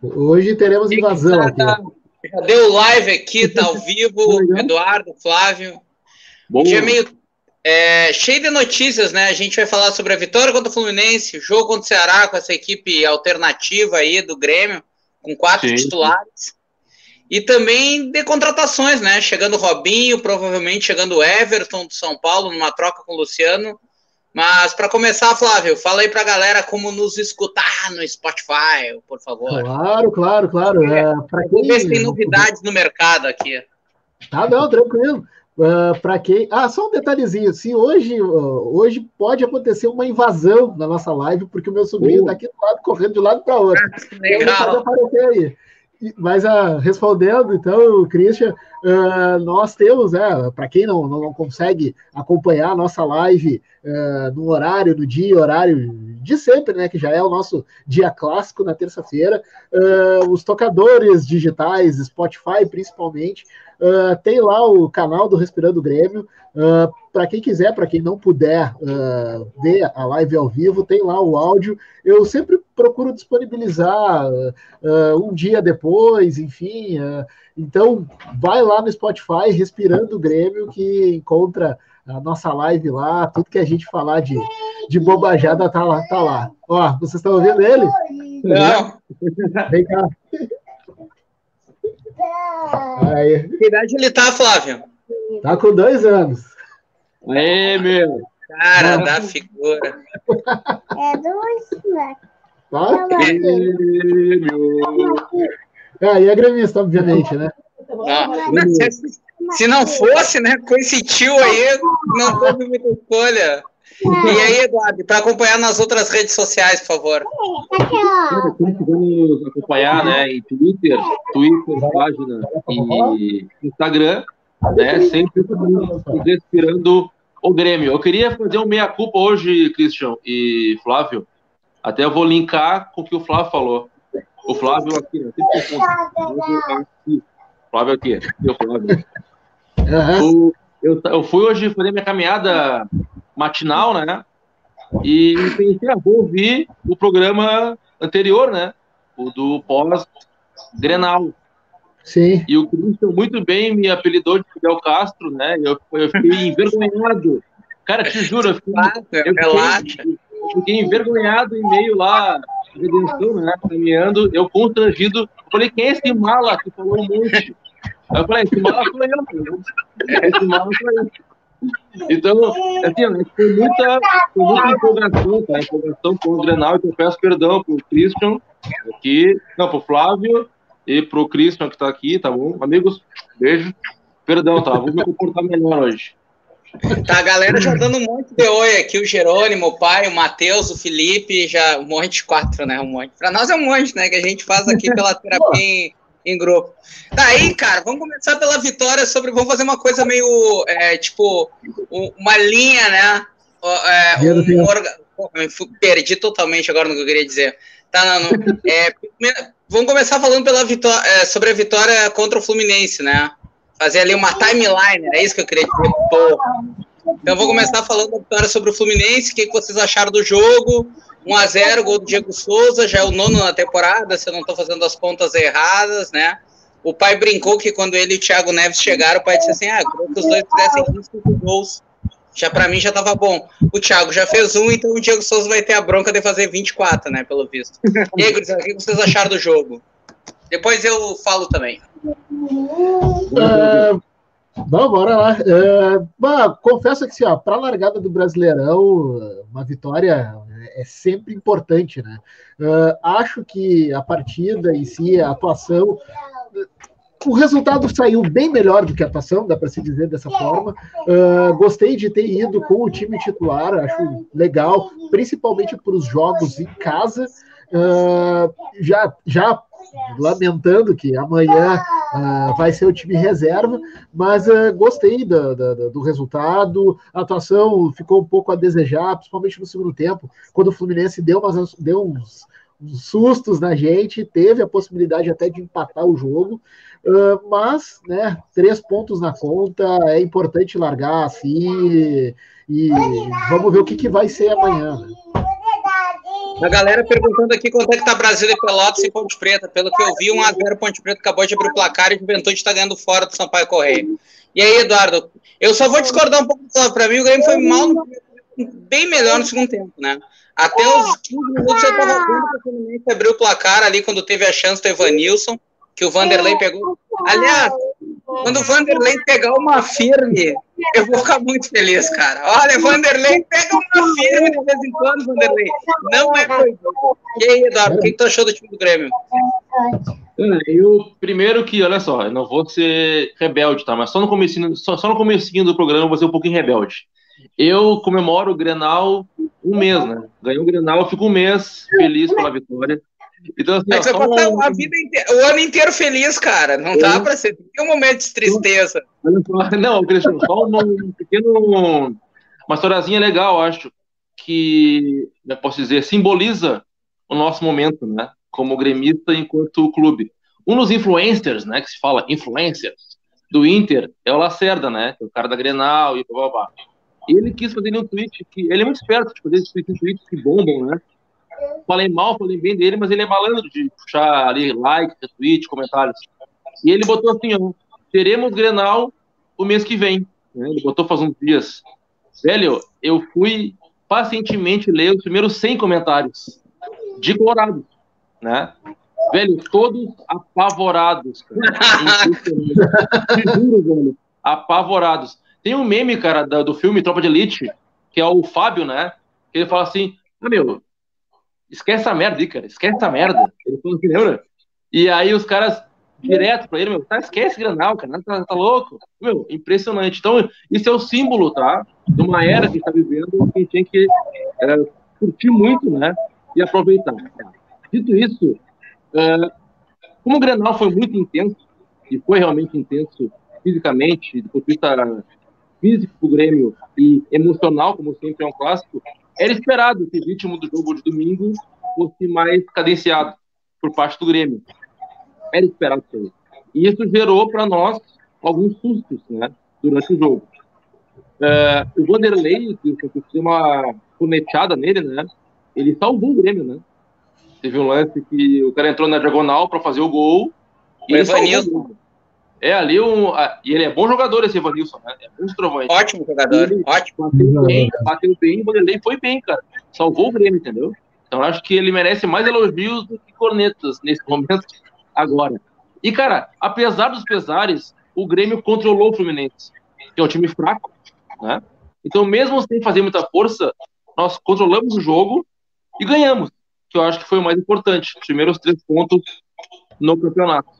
Hoje teremos invasão aqui. Já deu live aqui, tá ao vivo, Eduardo, Flávio. Bom. Dia meio cheio de notícias, né? A gente vai falar sobre a vitória contra o Fluminense, o jogo contra o Ceará com essa equipe alternativa aí do Grêmio, com 4 titulares. E também de contratações, né? Chegando o Robinho, provavelmente chegando o Everton do São Paulo, numa troca com o Luciano. Mas para começar, Flávio, fala aí pra galera como nos escutar no Spotify, por favor. Claro. Para quem... ver se tem novidades no mercado aqui. Tá, não, tranquilo. Para quem... só um detalhezinho. Se hoje pode acontecer uma invasão na nossa live, porque o meu sobrinho tá aqui do lado, correndo de um lado para outro. Legal. Pode aparecer aí. Mas respondendo, então, Christian, nós temos, para quem não consegue acompanhar a nossa live no horário de sempre, né, que já é o nosso dia clássico na terça-feira, os tocadores digitais, Spotify principalmente, tem lá o canal do Respirando Grêmio. Para quem quiser, para quem não puder ver a live ao vivo, tem lá o áudio. Eu sempre procuro disponibilizar um dia depois, enfim. Então, vai lá no Spotify, Respirando Grêmio, que encontra a nossa live lá, tudo que a gente falar de bobajada tá lá. Ó, vocês estão ouvindo ele? Não. Vem cá. Aí. Que idade ele tá, Flávio? Tá com 2 anos. Aê, meu! Cara, da figura. É 2, né? E é gremista, obviamente, né? Se não fosse, né, com esse tio aí, não teve muita escolha. E aí, Eduardo, para acompanhar nas outras redes sociais, por favor. Vamos acompanhar, né, em Twitter, página e Instagram, né, sempre respirando o Grêmio. Eu queria fazer um meia-culpa hoje, Christian e Flávio. Até eu vou linkar com o que o Flávio falou. O Flávio aqui, né? Flávio aqui. O Flávio. Eu fui hoje fazer minha caminhada matinal, né? E pensei, vou ouvir o programa anterior, né? O do pós-Grenal. Sim. E o Christian muito bem me apelidou de Fidel Castro, né? Eu fiquei envergonhado. Cara, te juro, eu fiquei envergonhado em meio lá, redenção, né? Caminhando, eu constrangido. Eu falei, quem é esse mala que falou um monte? Aí eu falei, esse mala sou eu. Esse mala sou eu. Então, assim, foi muita empolgação, tá? Empolgação com o Grenal, então eu peço perdão pro Christian aqui, pro Flávio e pro Christian que tá aqui, tá bom? Amigos, beijo. Perdão, tá? Vou me comportar melhor hoje. Tá, a galera já dando um monte de oi aqui, o Jerônimo, o pai, o Matheus, o Felipe, já um monte, 4, né? Um monte. Pra nós é um monte, né? Que a gente faz aqui pela terapia em grupo. Daí, cara, vamos começar pela vitória vamos fazer uma coisa meio, uma linha, né? Perdi totalmente agora no que eu queria dizer. Tá, vamos começar falando pela vitória, sobre a vitória contra o Fluminense, né? Fazer ali uma timeline, é isso que eu queria dizer. Então, vou começar falando da vitória sobre o Fluminense. O que vocês acharam do jogo? 1-0, gol do Diego Souza, já é o 9º na temporada, se eu não estou fazendo as contas erradas, né? O pai brincou que quando ele e o Thiago Neves chegaram, o pai disse assim, que os dois fizessem 5 gols. Para mim já estava bom. O Thiago já fez 1, então o Diego Souza vai ter a bronca de fazer 24, né, pelo visto. E aí, o que vocês acharam do jogo? Depois eu falo também. Bora lá. Confesso que, para a largada do Brasileirão, uma vitória é sempre importante, né? Acho que a partida em si, a atuação, o resultado saiu bem melhor do que a atuação, dá para se dizer dessa forma. Gostei de ter ido com o time titular, acho legal, principalmente para os jogos em casa. Já lamentando que amanhã vai ser o time reserva, mas gostei do resultado. A atuação ficou um pouco a desejar, principalmente no segundo tempo, quando o Fluminense deu uns sustos na gente, teve a possibilidade até de empatar o jogo, mas, né, 3 pontos na conta, é importante largar assim, e vamos ver o que vai ser amanhã, né? A galera perguntando aqui quanto é que tá Brasil e Pelotas e Ponte Preta. Pelo que eu vi, 1-0 Ponte Preta acabou de abrir o placar e o Juventude tá ganhando fora do Sampaio Correia. E aí, Eduardo, eu só vou discordar um pouco. Para mim, o Grêmio foi mal, bem melhor no segundo tempo, né? Até os 15 minutos eu tava vendo que o Fluminense abriu o placar ali quando teve a chance do Evanilson, que o Vanderlei pegou. Aliás, quando o Vanderlei pegar uma firme, eu vou ficar muito feliz, cara. Olha, Vanderlei, pega uma firme de vez em quando, Vanderlei. Não é coisa. E aí, Eduardo, o que tu achou do time do Grêmio? Eu, primeiro que, olha só, eu não vou ser rebelde, tá? Mas só no comecinho do programa eu vou ser um pouquinho rebelde. Eu comemoro o Grenal um mês, né? Ganhei o Grenal, eu fico um mês feliz pela vitória. Então, assim, você vai passar a vida inteira, o ano inteiro feliz, cara. Não dá pra ser. Tem um momento de tristeza. Não, Cristiano, só um pequeno. Uma historiazinha legal, acho, que, eu posso dizer, simboliza o nosso momento, né? Como gremista enquanto clube. Um dos influencers, né? Que se fala influencers do Inter é o Lacerda, né? Que é o cara da Grenal e blá blá blá. Ele quis fazer um tweet que. Ele é muito esperto de fazer esses tweets que bombam, né? Falei mal, falei bem dele, mas ele é malandro de puxar ali like, retweet, comentários. E ele botou assim, ó, teremos Grenal o mês que vem. Né? Ele botou faz uns dias. Velho, eu fui pacientemente ler os primeiros 100 comentários de Colorado, né? Velho, todos apavorados, cara. Te juro, velho, apavorados. Tem um meme, cara, do filme Tropa de Elite, que é o Fábio, né? Que ele fala assim, meu, esquece essa merda aí, cara. Esquece essa merda. Ele falou assim, lembra? E aí os caras, direto pra ele, meu, tá, esquece Grenal, cara. Tá louco. Meu, impressionante. Então, isso é o símbolo, tá? De uma era que a gente tá vivendo, que a gente tem que curtir muito, né? E aproveitar. Dito isso, como o Grenal foi muito intenso, e foi realmente intenso fisicamente, do ponto de vista físico do Grêmio e emocional, como sempre é um clássico, era esperado que o ritmo do jogo de domingo fosse mais cadenciado por parte do Grêmio. Era esperado isso aí. E isso gerou para nós alguns sustos, né, durante o jogo. O Vanderlei, que eu fiz uma corneteada nele, né, ele salvou o Grêmio, né? Teve um lance que o cara entrou na diagonal para fazer o gol. E ele salvou. Ali e ele é bom jogador, esse Evanilson, né? É muito trovante. Ótimo jogador, ótimo. Bateu bem, o Vanderlei foi bem, cara. Salvou o Grêmio, entendeu? Então acho que ele merece mais elogios do que cornetas nesse momento agora. E, cara, apesar dos pesares, o Grêmio controlou o Fluminense, que é um time fraco, né? Então, mesmo sem fazer muita força, nós controlamos o jogo e ganhamos, que eu acho que foi o mais importante. Os primeiros 3 pontos no campeonato.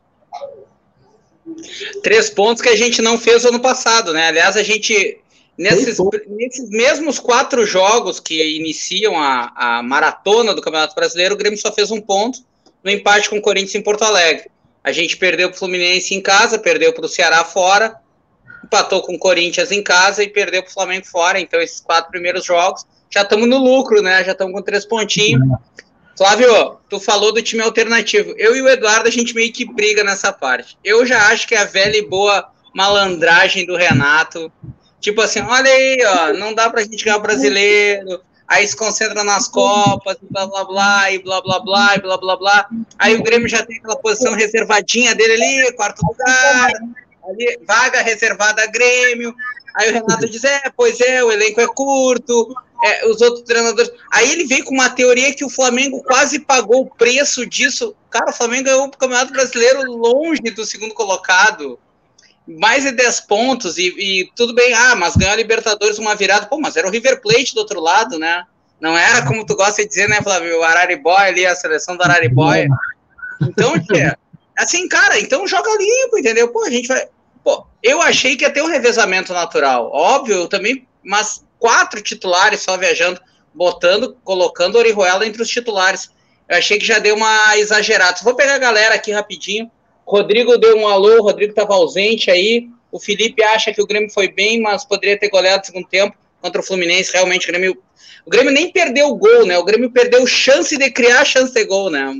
3 pontos que a gente não fez ano passado, né? Aliás, a gente, nesses mesmos 4 jogos que iniciam a maratona do Campeonato Brasileiro, o Grêmio só fez 1 ponto no empate com o Corinthians em Porto Alegre. A gente perdeu para o Fluminense em casa, perdeu para o Ceará fora, empatou com o Corinthians em casa e perdeu para o Flamengo fora. Então, esses 4 primeiros jogos, já estamos no lucro, né? Já estamos com 3 pontinhos. Flávio, tu falou do time alternativo. Eu e o Eduardo, a gente meio que briga nessa parte. Eu já acho que é a velha e boa malandragem do Renato. Tipo assim, olha aí, ó, não dá pra gente ganhar o brasileiro, aí se concentra nas Copas, e blá, blá, blá, e blá, blá, blá, e blá, blá, blá. Aí o Grêmio já tem aquela posição reservadinha dele ali, 4º lugar, ali, vaga reservada a Grêmio. Aí o Renato diz, pois é, o elenco é curto, os outros treinadores... Aí ele veio com uma teoria que o Flamengo quase pagou o preço disso. Cara, o Flamengo ganhou o Campeonato Brasileiro longe do 2º colocado, mais de 10 pontos, e tudo bem, mas ganhou a Libertadores uma virada, mas era o River Plate do outro lado, né? Não era como tu gosta de dizer, né, Flávio, o Araribóia ali, a seleção do Araribóia. Então, assim, cara, então joga limpo, entendeu? Pô, a gente vai... Pô, eu achei que ia ter um revezamento natural, óbvio, eu também, mas 4 titulares só viajando, colocando Orihuela entre os titulares. Eu achei que já deu uma exagerada. Vou pegar a galera aqui rapidinho. Rodrigo deu um alô, o Rodrigo estava ausente aí. O Felipe acha que o Grêmio foi bem, mas poderia ter goleado no 2º tempo contra o Fluminense. Realmente, o Grêmio nem perdeu o gol, né? O Grêmio perdeu chance de criar chance de gol, né?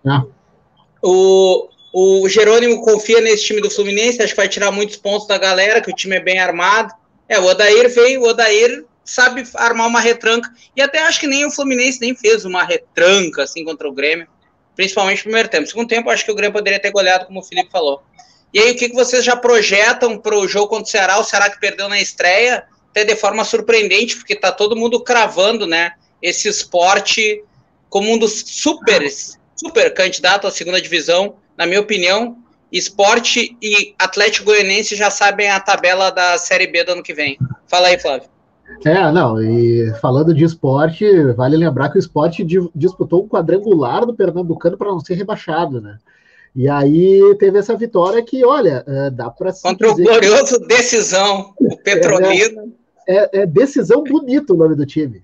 O Jerônimo confia nesse time do Fluminense, acho que vai tirar muitos pontos da galera, que o time é bem armado. O Odair veio, o Odair sabe armar uma retranca, e até acho que nem o Fluminense nem fez uma retranca, assim, contra o Grêmio, principalmente no primeiro tempo. No segundo tempo, acho que o Grêmio poderia ter goleado, como o Felipe falou. E aí, o que vocês já projetam para o jogo contra o Ceará que perdeu na estreia, até de forma surpreendente, porque tá todo mundo cravando, né, esse Sport como um dos super candidato à segunda divisão, na minha opinião. Sport e Atlético Goianiense já sabem a tabela da Série B do ano que vem. Fala aí, Flávio. Não, e falando de Sport, vale lembrar que o Sport disputou um quadrangular do Pernambucano para não ser rebaixado, né? E aí teve essa vitória que, olha, dá para se contra dizer o glorioso que... Decisão, o Petrolina. Decisão bonito o nome do time.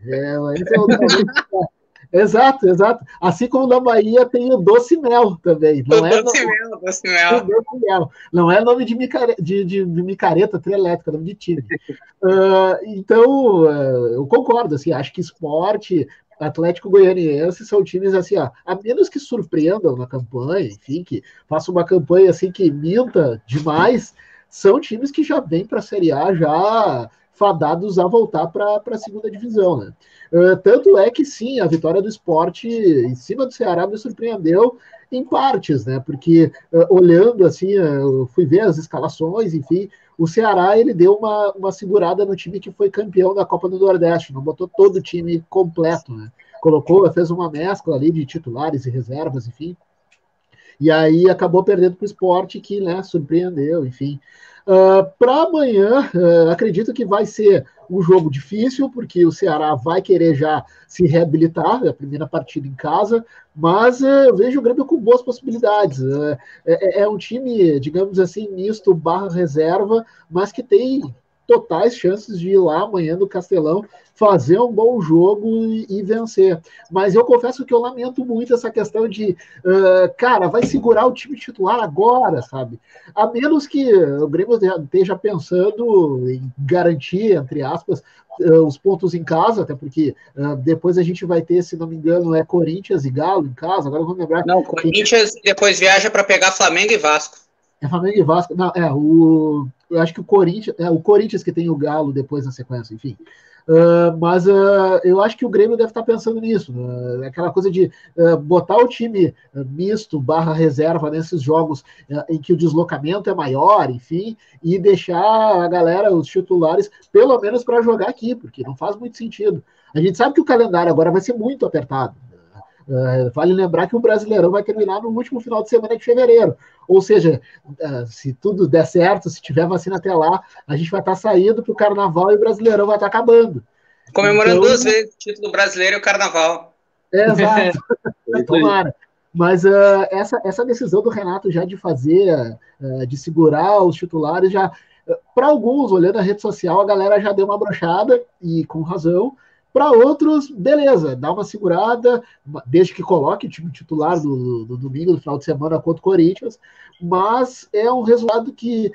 Exato. Assim como na Bahia tem o Doce Mel também. Não Doce Mel. Não é nome de micareta trielétrica, é nome de time. Então, eu concordo, assim, acho que Sport, Atlético Goianiense são times assim, a menos que surpreendam na campanha, enfim, que façam uma campanha assim que minta demais, são times que já vêm para a Série A já fadados a voltar para a segunda divisão, né? Tanto é que sim, a vitória do Sport em cima do Ceará me surpreendeu em partes, né? Porque olhando assim, eu fui ver as escalações, enfim, o Ceará ele deu uma segurada no time que foi campeão da Copa do Nordeste, não botou todo o time completo, né? Fez uma mescla ali de titulares e reservas, enfim. E aí acabou perdendo para o Sport, que, né, surpreendeu, enfim. Para amanhã, acredito que vai ser um jogo difícil, porque o Ceará vai querer já se reabilitar, a primeira partida em casa, mas eu vejo o Grêmio com boas possibilidades. É um time, digamos assim, misto / reserva, mas que tem totais chances de ir lá amanhã no Castelão, fazer um bom jogo e vencer. Mas eu confesso que eu lamento muito essa questão de, cara, vai segurar o time titular agora, sabe? A menos que o Grêmio esteja pensando em garantir, entre aspas, os pontos em casa, até porque depois a gente vai ter, se não me engano, Corinthians e Galo em casa, agora vamos lembrar. Não, Corinthians depois viaja para pegar Flamengo e Vasco. Flamengo e Vasco. Não, eu acho que o Corinthians que tem o Galo depois na sequência, enfim. Mas eu acho que o Grêmio deve estar pensando nisso. Aquela coisa de botar o time misto / reserva nesses jogos em que o deslocamento é maior, enfim, e deixar a galera, os titulares, pelo menos para jogar aqui, porque não faz muito sentido. A gente sabe que o calendário agora vai ser muito apertado. Vale lembrar que o Brasileirão vai terminar no último final de semana de fevereiro. Ou seja, se tudo der certo, se tiver vacina até lá, a gente vai estar saindo para o Carnaval e o Brasileirão vai estar acabando. Comemorando então, 2 vezes o título brasileiro e o Carnaval. Exato. Tomara. Mas essa decisão do Renato já de fazer, de segurar os titulares, já para alguns, olhando a rede social, a galera já deu uma brochada, e com razão. Para outros, beleza, dá uma segurada, desde que coloque o time titular do domingo, do final de semana contra o Corinthians, mas é um resultado que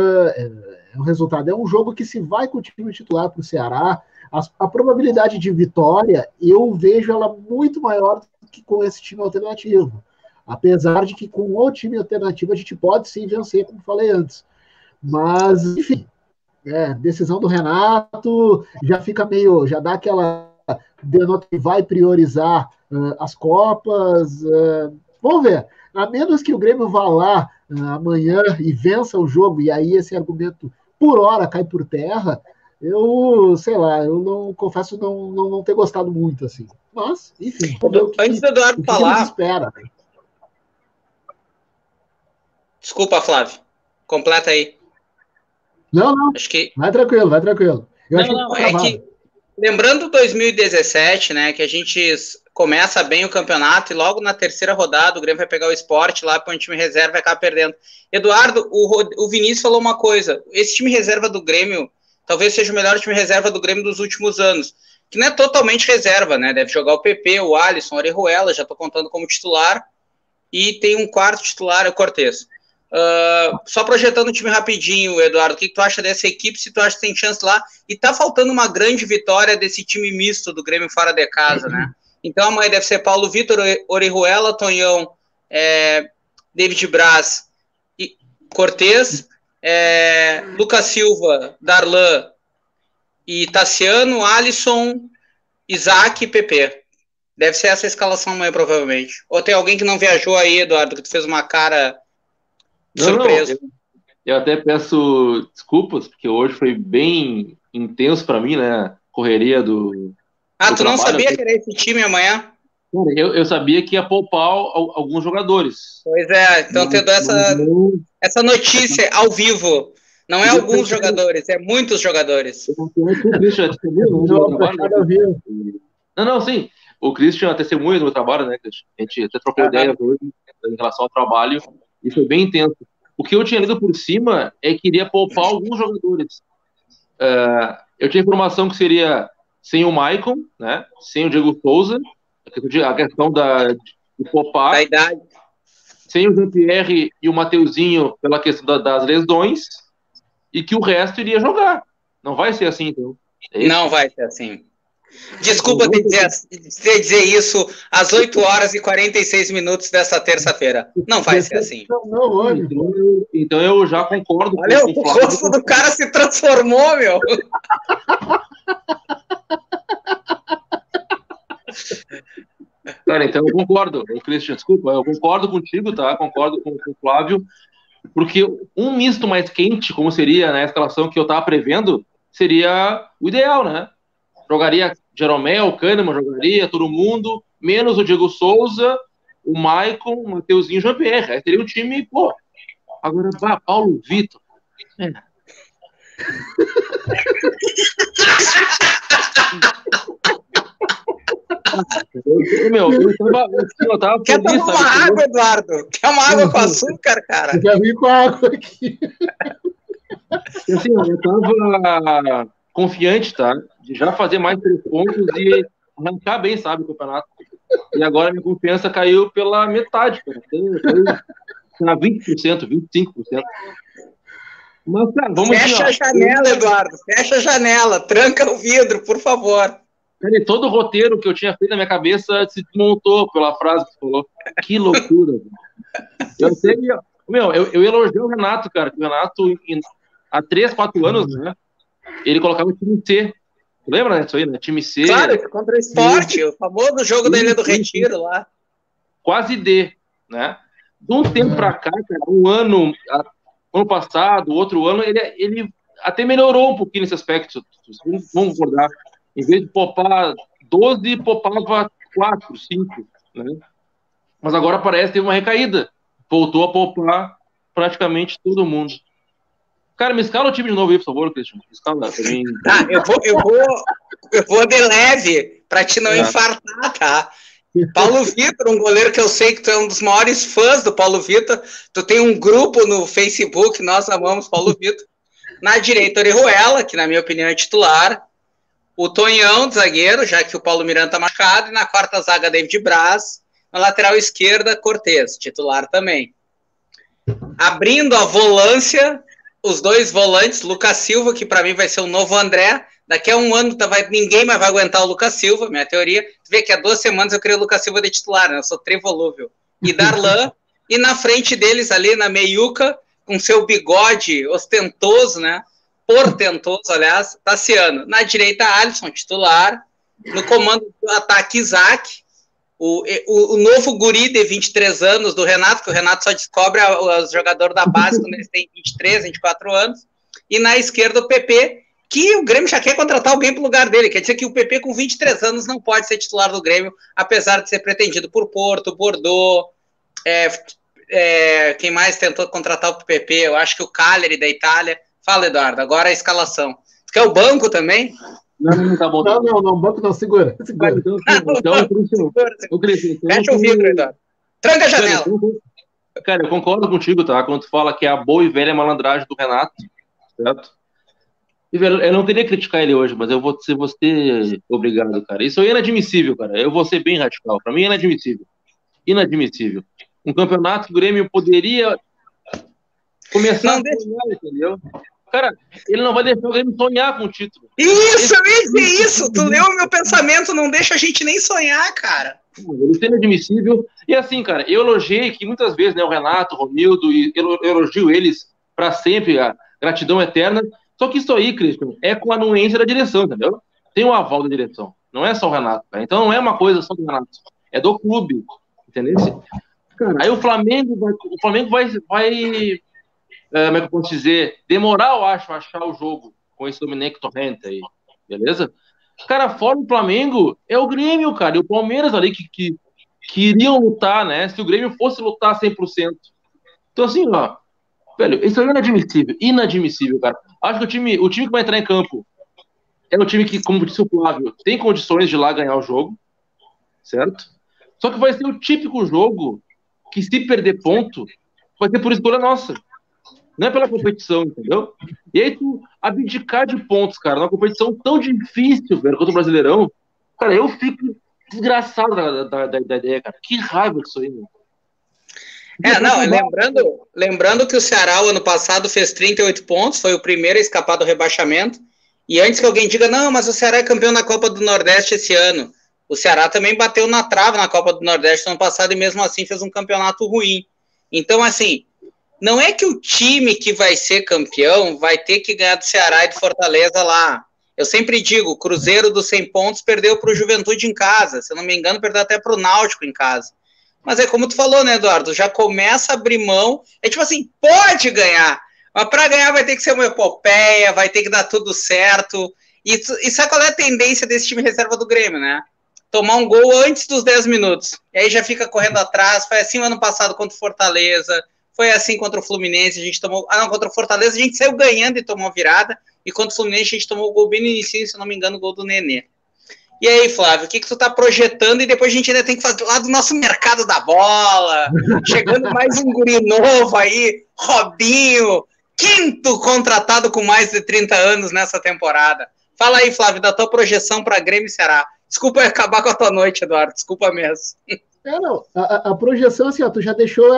é um jogo que se vai com o time titular para o Ceará, a probabilidade de vitória, eu vejo ela muito maior do que com esse time alternativo, apesar de que com o time alternativo a gente pode sim vencer, como falei antes, mas enfim, decisão do Renato, já dá aquela denota que vai priorizar as Copas, vamos ver, a menos que o Grêmio vá lá amanhã e vença o jogo, e aí esse argumento por hora cai por terra, eu não confesso não ter gostado muito, assim, mas, enfim, antes do Eduardo falar, espera, né? Desculpa, Flávio, completa aí. Não. Acho que... Vai tranquilo. Que lembrando 2017, né, que a gente começa bem o campeonato e logo na terceira rodada o Grêmio vai pegar o Sport lá para um time reserva e vai acabar perdendo. Eduardo, o Vinícius falou uma coisa, esse time reserva do Grêmio talvez seja o melhor time reserva do Grêmio dos últimos anos, que não é totalmente reserva, né, deve jogar o PP, o Alisson, o Orejuela, já estou contando como titular, e tem um quarto titular, é o Cortez. Só projetando o time rapidinho, Eduardo, o que tu acha dessa equipe, se tu acha que tem chance lá, e tá faltando uma grande vitória desse time misto do Grêmio fora de casa, né? Então amanhã deve ser Paulo Vitor, Orejuela, Tonhão, David Braz e Cortez, Lucas Silva, Darlan e Tassiano, Alisson, Isaac e PP. Deve ser essa a escalação amanhã, provavelmente. Ou tem alguém que não viajou aí, Eduardo, que tu fez uma cara surpresa? Eu até peço desculpas, porque hoje foi bem intenso para mim, né? Correria do tu não sabia que era esse time amanhã? Eu sabia que ia poupar alguns jogadores. Pois é, então te dou essa notícia ao vivo. Não é alguns jogadores, é muitos jogadores. Não, sim. O Christian testemunha do meu trabalho, né? A gente até trocou ideia hoje em relação ao trabalho e foi bem intenso. O que eu tinha lido por cima é que iria poupar alguns jogadores. Eu tinha informação que seria sem o Maicon, né? Sem o Diego Souza, a questão de poupar. Da idade. Sem o Jean-Pierre e o Mateuzinho pela questão das lesões, e que o resto iria jogar. Não vai ser assim, então. Não vai ser assim. Desculpa te dizer isso às 8 horas e 46 minutos dessa terça-feira. Não vai ser assim. Então eu já concordo. Olha, o rosto do cara se transformou, meu. Cara, então eu concordo, Christian, desculpa, eu concordo contigo, tá? Concordo com o Flávio, porque um misto mais quente, como seria na escalação que eu tava prevendo, seria o ideal, né? Jogaria Jeromel, Kahneman, jogaria todo mundo, menos o Diego Souza, o Maicon, o Mateuzinho e o Jean-Pierre. Aí teria um time, pô. Agora, Paulo Vitor. Eu tava Quer feliz, tomar uma água, Eduardo? Quer uma água com açúcar, cara? Eu já vim com água aqui. Assim, eu tava confiante, tá? De já fazer mais 3 pontos e arrancar bem, sabe, o campeonato. E agora minha confiança caiu pela metade, cara. Caiu 20%, 25%. Mas, cara, vamos Fecha a janela, Eduardo. Fecha a janela. Tranca o vidro, por favor. Cara, todo o roteiro que eu tinha feito na minha cabeça se desmontou pela frase que você falou. Que loucura. Eu elogiei o Renato, cara. O Renato, há 3, 4 anos, né? Ele colocava o time C. Lembra disso aí, né? Time C. Claro, contra o Sport, o famoso jogo da Ilha do Retiro lá. Quase D, né? De um tempo pra cá, cara, ano passado, outro ano, ele até melhorou um pouquinho nesse aspecto. Vamos concordar. Em vez de poupar 12, poupava 4, 5, né? Mas agora parece que teve uma recaída. Voltou a poupar praticamente todo mundo. Cara, me escala o time de novo aí, por favor, Christian. Me escala também. Tá, eu vou de leve pra te não infartar, tá? Paulo Vitor, um goleiro que eu sei que tu é um dos maiores fãs do Paulo Vitor. Tu tem um grupo no Facebook, nós amamos Paulo Vitor. Na direita, Orejuela, que na minha opinião é titular. O Tonhão, de zagueiro, já que o Paulo Miranda tá machucado. E na quarta zaga, David Braz. Na lateral esquerda, Cortez, titular também. Abrindo a volância, os 2 volantes, Lucas Silva, que para mim vai ser o novo André. Daqui a um ano ninguém mais vai aguentar o Lucas Silva, minha teoria. Tu vê que há 2 semanas eu criei o Lucas Silva de titular, né? Eu sou trivolúvel. E Darlan, e na frente deles ali, na meiuca, com seu bigode ostentoso, né? Portentoso, aliás, Tassiano. Na direita, Alisson, titular. No comando do ataque, Isaac. O novo guri de 23 anos do Renato, que o Renato só descobre os jogadores da base quando eles têm 23, 24 anos. E na esquerda, o PP, que o Grêmio já quer contratar alguém pro lugar dele. Quer dizer que o PP com 23 anos não pode ser titular do Grêmio, apesar de ser pretendido por Porto, Bordeaux, quem mais tentou contratar o PP? Eu acho que o Cagliari da Itália. Fala, Eduardo, agora a escalação. Tu quer o banco também? Não, tá bom. Não, banco não, segura. Fecha o vidro, Eduardo. Tranca a janela. Cara, eu concordo contigo, tá? Quando tu fala que é a boa e velha malandragem do Renato, certo? Eu não queria criticar ele hoje, mas eu vou ser obrigado, cara. Isso aí é inadmissível, cara. Eu vou ser bem radical. Pra mim é inadmissível. Inadmissível. Um campeonato que o Grêmio poderia começar a sonhar, entendeu? Cara, ele não vai deixar o Grêmio sonhar com o título. Isso, eu ia dizer isso. Tu leu o meu pensamento, não deixa a gente nem sonhar, cara. Isso é inadmissível. E assim, cara, eu elogiei que muitas vezes, né, o Renato, o Romildo, e eu elogio eles pra sempre, a gratidão eterna, Só que isso aí, Christian, é com a anuência da direção, entendeu? Tem o aval da direção. Não é só o Renato, cara. Então não é uma coisa só do Renato. É do clube, entendeu? Cara, aí o Flamengo vai como é que eu posso dizer, demorar, eu acho, a achar o jogo com esse Domenech Torrente aí, beleza? Cara, fora o Flamengo, é o Grêmio, cara, e o Palmeiras ali que iriam lutar, né? Se o Grêmio fosse lutar 100%. Então, assim, ó, velho, isso é inadmissível, cara. Acho que o time que vai entrar em campo é o time que, como disse o Flávio, tem condições de ir lá ganhar o jogo, certo? Só que vai ser o típico jogo que, se perder ponto, vai ser por escolha nossa. Não é pela competição, entendeu? E aí tu abdicar de pontos, cara, numa competição tão difícil, velho, quanto o Brasileirão, cara, eu fico desgraçado da ideia, cara. Que raiva disso aí, meu. Não, lembrando que o Ceará, o ano passado, fez 38 pontos, foi o primeiro a escapar do rebaixamento, e antes que alguém diga, não, mas o Ceará é campeão da Copa do Nordeste esse ano, o Ceará também bateu na trave na Copa do Nordeste no ano passado, e mesmo assim fez um campeonato ruim. Então, assim, não é que o time que vai ser campeão vai ter que ganhar do Ceará e do Fortaleza lá. Eu sempre digo, o Cruzeiro dos 100 pontos perdeu para o Juventude em casa, se eu não me engano, perdeu até para o Náutico em casa. Mas é como tu falou, né, Eduardo? Já começa a abrir mão. É tipo assim, pode ganhar. Mas para ganhar vai ter que ser uma epopeia, vai ter que dar tudo certo. E sabe qual é a tendência desse time reserva do Grêmio, né? Tomar um gol antes dos 10 minutos. E aí já fica correndo atrás. Foi assim o ano passado contra o Fortaleza. Foi assim contra o Fluminense. A gente tomou... contra o Fortaleza a gente saiu ganhando e tomou virada. E contra o Fluminense a gente tomou o gol bem no início, se não me engano, o gol do Nenê. E aí, Flávio, o que tu tá projetando? E depois a gente ainda tem que fazer lá do nosso mercado da bola, chegando mais um guri novo aí, Robinho, quinto contratado com mais de 30 anos nessa temporada. Fala aí, Flávio, da tua projeção para Grêmio e Ceará. Desculpa acabar com a tua noite, Eduardo, desculpa mesmo. Não, a projeção, assim, ó, tu já deixou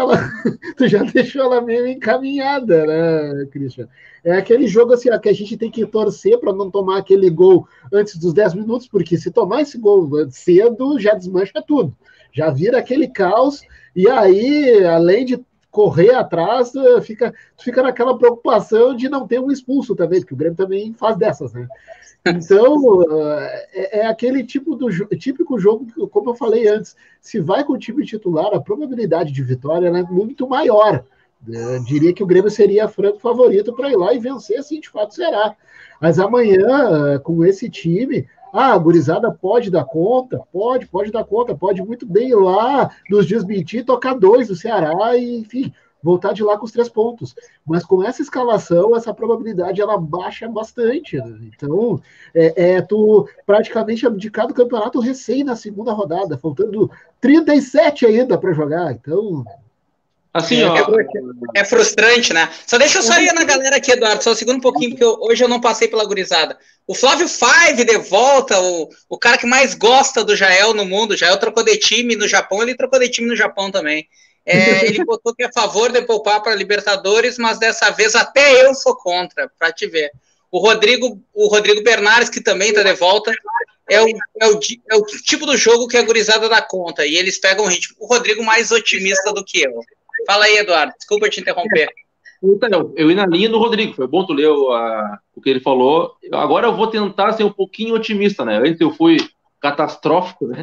ela meio encaminhada, né, Christian? É aquele jogo, assim, ó, que a gente tem que torcer para não tomar aquele gol antes dos 10 minutos, porque se tomar esse gol cedo, já desmancha tudo. Já vira aquele caos, e aí, além de correr atrás, tu fica naquela preocupação de não ter um expulso também, porque o Grêmio também faz dessas, né? Então, é aquele típico jogo, como eu falei antes, se vai com o time titular, a probabilidade de vitória é muito maior. Eu diria que o Grêmio seria franco favorito para ir lá e vencer, assim, de fato será. Mas amanhã, com esse time, a gurizada pode dar conta, pode dar conta, pode muito bem ir lá, nos desmentir, tocar 2 do Ceará e, enfim, voltar de lá com os 3 pontos. Mas com essa escalação, essa probabilidade ela baixa bastante. Né? Então, tu praticamente abdicar do campeonato recém na segunda rodada, faltando 37 ainda para jogar. Então, assim, ó, é frustrante, né? Só deixa eu só ir na galera aqui, Eduardo, só segura um pouquinho, porque hoje eu não passei pela gurizada. O Flávio Five de volta, o cara que mais gosta do Jael no mundo. O Jael trocou de time no Japão, ele trocou de time no Japão também. Ele botou que é a favor de poupar para Libertadores, mas dessa vez até eu sou contra, para te ver. O Rodrigo Bernardes, que também está de volta, é o tipo do jogo que a gurizada dá conta, e eles pegam o ritmo. O Rodrigo mais otimista do que eu. Fala aí, Eduardo, desculpa te interromper. Então, eu ia na linha do Rodrigo, foi bom tu ler o que ele falou. Agora eu vou tentar ser um pouquinho otimista, né? Antes eu fui catastrófico, né?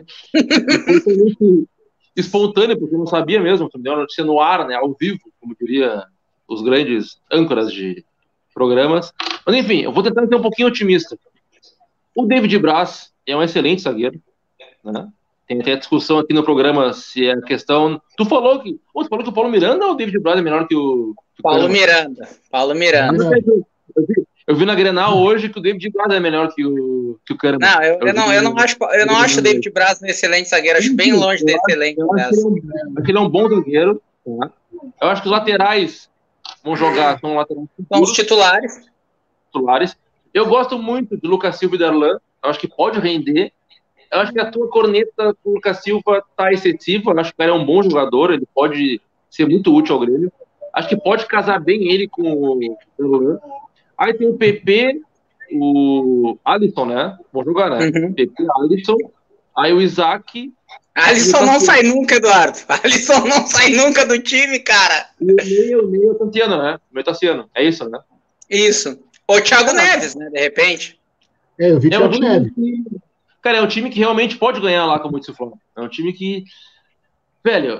Espontâneo, porque eu não sabia mesmo, me deu uma notícia no ar, né, ao vivo, como diria os grandes âncoras de programas. Mas enfim, eu vou tentar ser um pouquinho otimista. O David Braz é um excelente zagueiro, né? Tem até discussão aqui no programa se é a questão... Tu falou que o Paulo Miranda ou o David Braz é melhor que o... Paulo Miranda. Eu vi na Grenal hoje que o David Braz é melhor que o Kahneman. Não, eu não acho o David Braz um excelente zagueiro, acho bem longe de excelente. Eu acho que ele é um bom zagueiro. Tá? Eu acho que os laterais vão jogar, são os titulares. Eu gosto muito do Lucas Silva e do Darlan, eu acho que pode render. Eu acho que a tua corneta com o Lucas Silva tá excessiva, eu acho que ele é um bom jogador, ele pode ser muito útil ao Grêmio. Acho que pode casar bem ele com o Darlan. Aí tem o PP, o Alisson, né? Vão jogar, né? Uhum. PP, Alisson. Aí o Isaac. Alisson não sai nunca, Eduardo. Alisson não sai nunca do time, cara. E o meio Tassiano, né? O meio Tassiano. É isso, né? Isso. Ou Thiago Neves, né? De repente. Eu vi Thiago Neves. Cara, é um time que realmente pode ganhar lá, como disse o Flávio. É um time que, velho,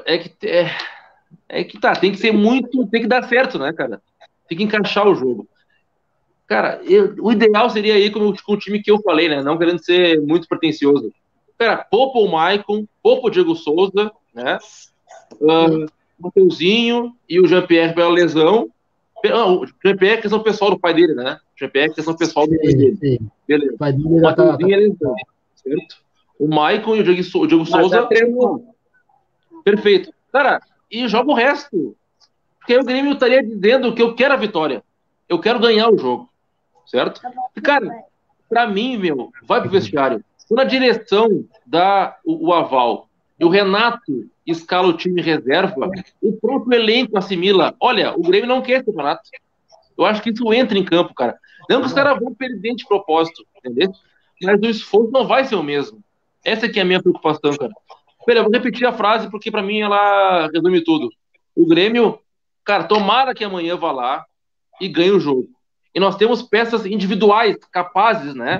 tem que ser muito, tem que dar certo, né, cara? Tem que encaixar o jogo. Cara, o ideal seria ir com o time que eu falei, né? Não querendo ser muito pretencioso. Cara, poupa o Maicon, poupa o Diego Souza, né? O Mateuzinho e o Jean-Pierre pela lesão. Não, o Jean-Pierre é questão pessoal do pai dele, né? O Jean-Pierre é questão pessoal do pai dele. Sim. Beleza. O pai dele O Mateuzinho é lesão, certo? O Maicon e o Diego Souza. Perfeito. Cara, e joga o resto. Porque aí o Grêmio estaria dizendo que eu quero a vitória. Eu quero ganhar o jogo. Certo? E, cara, pra mim, vai pro vestiário. Quando a direção dá o aval e o Renato escala o time reserva, o próprio elenco assimila. Olha, o Grêmio não quer esse campeonato. Eu acho que isso entra em campo, cara. Não que os caras vão perder de propósito, entendeu? Mas o esforço não vai ser o mesmo. Essa que é a minha preocupação, cara. Pera, eu vou repetir a frase porque pra mim ela resume tudo. O Grêmio, cara, tomara que amanhã vá lá e ganhe o jogo. E nós temos peças individuais capazes, né,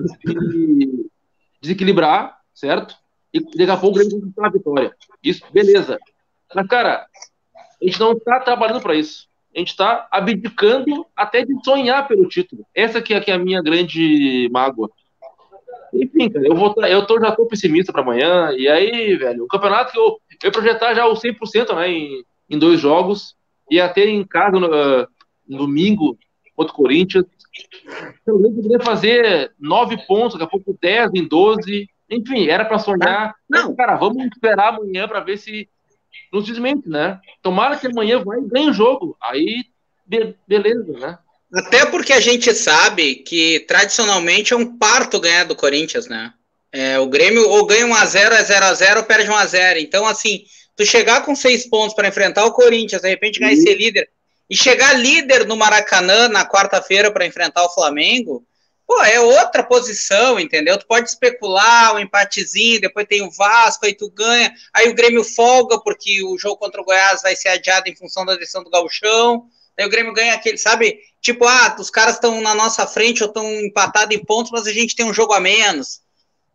de desequilibrar, certo? E daqui a pouco o Grêmio conquistar a vitória. Isso, beleza. Mas, cara, a gente não tá trabalhando para isso. A gente tá abdicando até de sonhar pelo título. Essa que é a minha grande mágoa. Enfim, cara, já tô pessimista para amanhã. E aí, velho, o campeonato que eu ia projetar já o 100%, né, em 2 jogos. Ia ter em casa no domingo contra o Corinthians. Eu poderia fazer 9 pontos, daqui a pouco 10 em 12. Enfim, era para sonhar. Não, cara, vamos esperar amanhã para ver se nos desmente, né? Tomara que amanhã vai e ganhe o jogo. Aí, beleza, né? Até porque a gente sabe que tradicionalmente é um parto ganhar do Corinthians, né? O Grêmio ou ganha 1-0, é 0-0 ou perde 1-0. Então, assim, tu chegar com 6 pontos para enfrentar o Corinthians, de repente ganhar e ser líder, e chegar líder no Maracanã na quarta-feira para enfrentar o Flamengo, pô, é outra posição, entendeu? Tu pode especular um empatezinho, depois tem o Vasco, aí tu ganha, aí o Grêmio folga porque o jogo contra o Goiás vai ser adiado em função da decisão do Gauchão, aí o Grêmio ganha aquele, sabe? Tipo, os caras estão na nossa frente ou estão empatados em pontos, mas a gente tem um jogo a menos.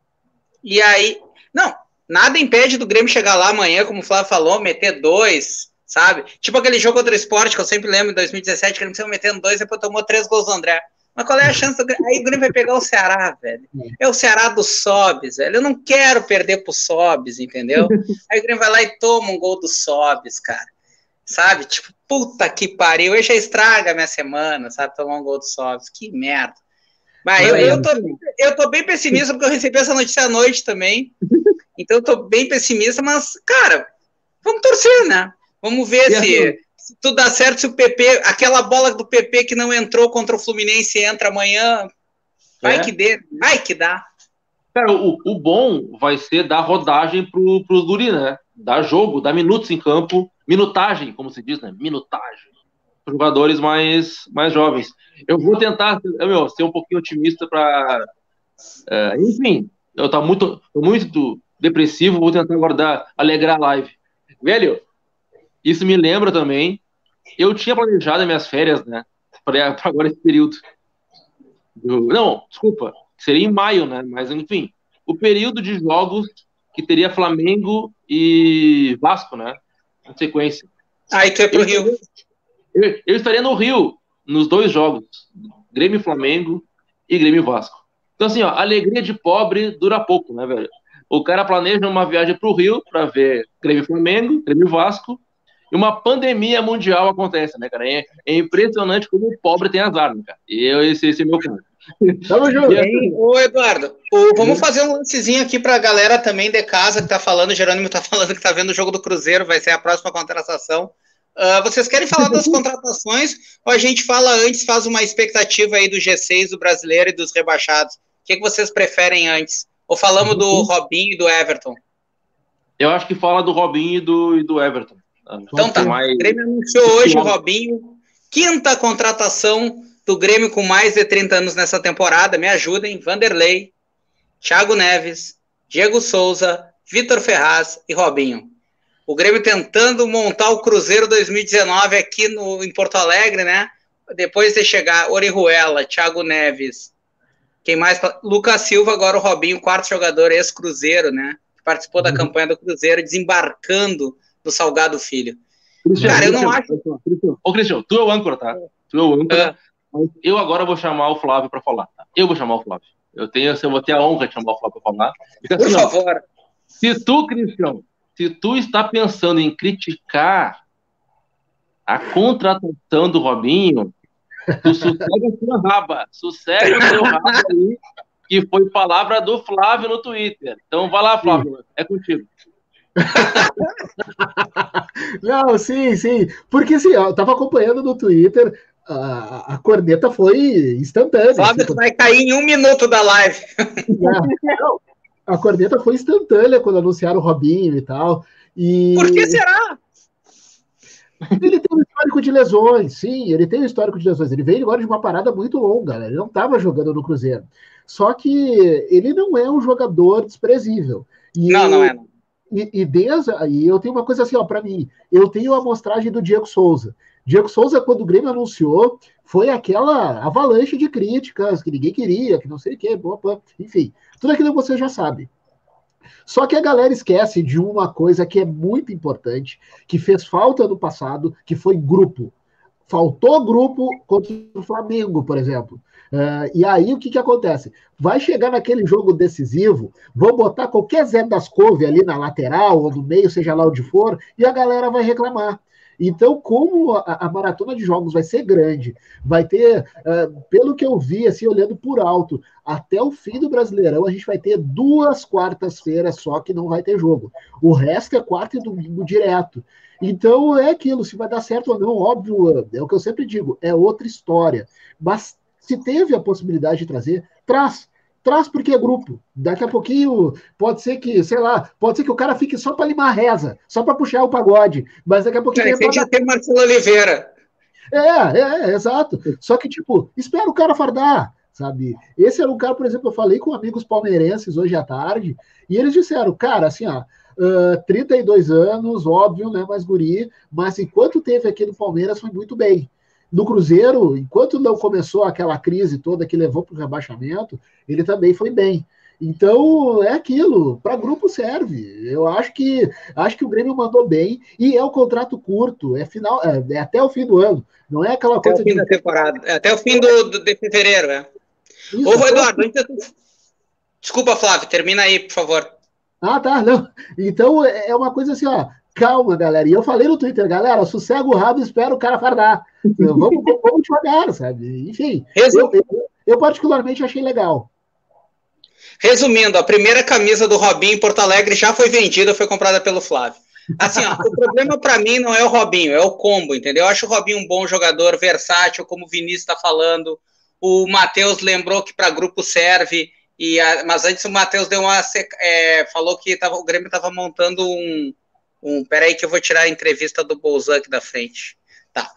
E aí, não, nada impede do Grêmio chegar lá amanhã, como o Flávio falou, meter 2, sabe? Tipo aquele jogo contra o Sport, que eu sempre lembro, em 2017, que ele saiu metendo 2, depois tomou 3 gols do André. Mas qual é a chance do Grêmio? Aí o Grêmio vai pegar o Ceará, velho. É o Ceará do Sobis, velho. Eu não quero perder pro Sobis, entendeu? Aí o Grêmio vai lá e toma um gol do Sobis, cara. Sabe? Tipo, puta que pariu. Eu já estraga a minha semana, sabe? Tomar um gol do Sobis. Que merda. Mas eu tô bem pessimista porque eu recebi essa notícia à noite também. Então eu tô bem pessimista, mas, cara, vamos torcer, né? Vamos ver se tudo dá certo, se o PP, aquela bola do PP que não entrou contra o Fluminense entra amanhã, vai que dá. Cara, o bom vai ser dar rodagem pros guri, né? Dar jogo, dar minutos em campo, minutagem, como se diz, né? Minutagem. Para jogadores mais jovens. Eu vou tentar ser um pouquinho otimista para... enfim, eu tô muito depressivo, vou tentar agora alegrar a live. Velho, isso me lembra também, eu tinha planejado as minhas férias, né, para agora esse período. Não, desculpa, seria em maio, né, mas enfim, o período de jogos que teria Flamengo e Vasco, né, em sequência. Aí tu é pro Rio. Eu estaria no Rio, nos 2 jogos, Grêmio Flamengo e Grêmio Vasco. Então assim, a alegria de pobre dura pouco, né, velho? O cara planeja uma viagem pro Rio para ver Grêmio Flamengo, Grêmio Vasco, e uma pandemia mundial acontece, né, cara? É impressionante como o pobre tem azar, né, cara? E esse é meu caso. Tamo junto. Ô, Eduardo, vamos fazer um lancezinho aqui pra galera também de casa que tá falando, o Jerônimo tá falando que tá vendo o jogo do Cruzeiro, vai ser a próxima contratação. Vocês querem falar das contratações ou a gente fala antes, faz uma expectativa aí do G6, do brasileiro e dos rebaixados? O que vocês preferem antes? Ou falamos do Robinho e do Everton? Eu acho que fala do Robinho e do Everton. Então tá, o Grêmio anunciou hoje o Robinho, 5ª contratação do Grêmio com mais de 30 anos nessa temporada, me ajudem, Vanderlei, Thiago Neves, Diego Souza, Vitor Ferraz e Robinho. O Grêmio tentando montar o Cruzeiro 2019 aqui em Porto Alegre, né? depois de chegar Orihuela, Thiago Neves, quem mais? Lucas Silva, agora o Robinho, quarto jogador ex-Cruzeiro, né? Participou da campanha do Cruzeiro, desembarcando do Salgado Filho. Cara, eu não acho... Ô, Cristian, tu é o âncora, tá? Tu é o âncora. Eu agora vou chamar o Flávio pra falar, tá? Eu vou chamar o Flávio. Eu vou ter a honra de chamar o Flávio pra falar. Porque, por favor. Se tu, Cristian, se tu está pensando em criticar a contratação do Robinho, tu sossega a sua raba. Sossega o seu rabo aí, que foi palavra do Flávio no Twitter. Então vai lá, Flávio, é contigo. Não, sim. Porque assim, eu tava acompanhando no Twitter, a corneta foi instantânea. Flávio, tu vai cair em 1 minuto da live. Não, a corneta foi instantânea quando anunciaram o Robinho e tal. E... Por que será? Ele tem um histórico de lesões, sim, ele tem um histórico de lesões. Ele veio agora de uma parada muito longa, né? Ele não estava jogando no Cruzeiro. Só que ele não é um jogador desprezível. Não é. E eu tenho uma coisa assim, ó, para mim, eu tenho a amostragem do Diego Souza. Diego Souza, quando o Grêmio anunciou, foi aquela avalanche de críticas, que ninguém queria, que não sei o quê, enfim, tudo aquilo que você já sabe. Só que a galera esquece de uma coisa que é muito importante, que fez falta no passado, que foi grupo. Faltou grupo contra o Flamengo, por exemplo. E aí o que acontece? Vai chegar naquele jogo decisivo, vou botar qualquer Zé das Couve ali na lateral ou no meio, seja lá onde for, e a galera vai reclamar. Então, como a maratona de jogos vai ser grande, vai ter, pelo que eu vi, assim, olhando por alto, até o fim do Brasileirão, a gente vai ter 2 quartas-feiras só que não vai ter jogo. O resto é quarta e domingo direto. Então, é aquilo, se vai dar certo ou não, óbvio, é o que eu sempre digo, é outra história. Mas se teve a possibilidade de trazer, traz porque é grupo. Daqui a pouquinho pode ser que, sei lá, pode ser que o cara fique só para limar a reza, só para puxar o pagode, mas daqui a pouquinho... já tem Marcelo Oliveira. Exato. Só que, tipo, espera o cara fardar, sabe? Esse era um cara, por exemplo, eu falei com amigos palmeirenses hoje à tarde, e eles disseram, cara, assim, 32 anos, óbvio, né, mais guri, mas enquanto teve aqui no Palmeiras foi muito bem. No Cruzeiro, enquanto não começou aquela crise toda que levou para o rebaixamento, ele também foi bem. Então, é aquilo, para grupo serve. Eu acho que o Grêmio mandou bem, e é um contrato curto, é até o fim do ano, não é aquela coisa... Até o fim da temporada, até o fim de fevereiro, é. Isso, Ô, Eduardo, desculpa, Flávio, termina aí, por favor. Tá, não. Então, é uma coisa assim, ó, calma, galera. E eu falei no Twitter, galera, sossega o rabo e espera o cara fardar. Vamos devagar, sabe? Enfim, eu particularmente achei legal. Resumindo, a primeira camisa do Robinho em Porto Alegre já foi vendida, foi comprada pelo Flávio. Assim, ó, o problema para mim não é o Robinho, é o combo, entendeu? Eu acho o Robinho um bom jogador, versátil, como o Vinícius está falando. O Matheus lembrou que para grupo serve, mas antes o Matheus deu falou que o Grêmio estava montando peraí que eu vou tirar a entrevista do Bolzan aqui da frente. Tá.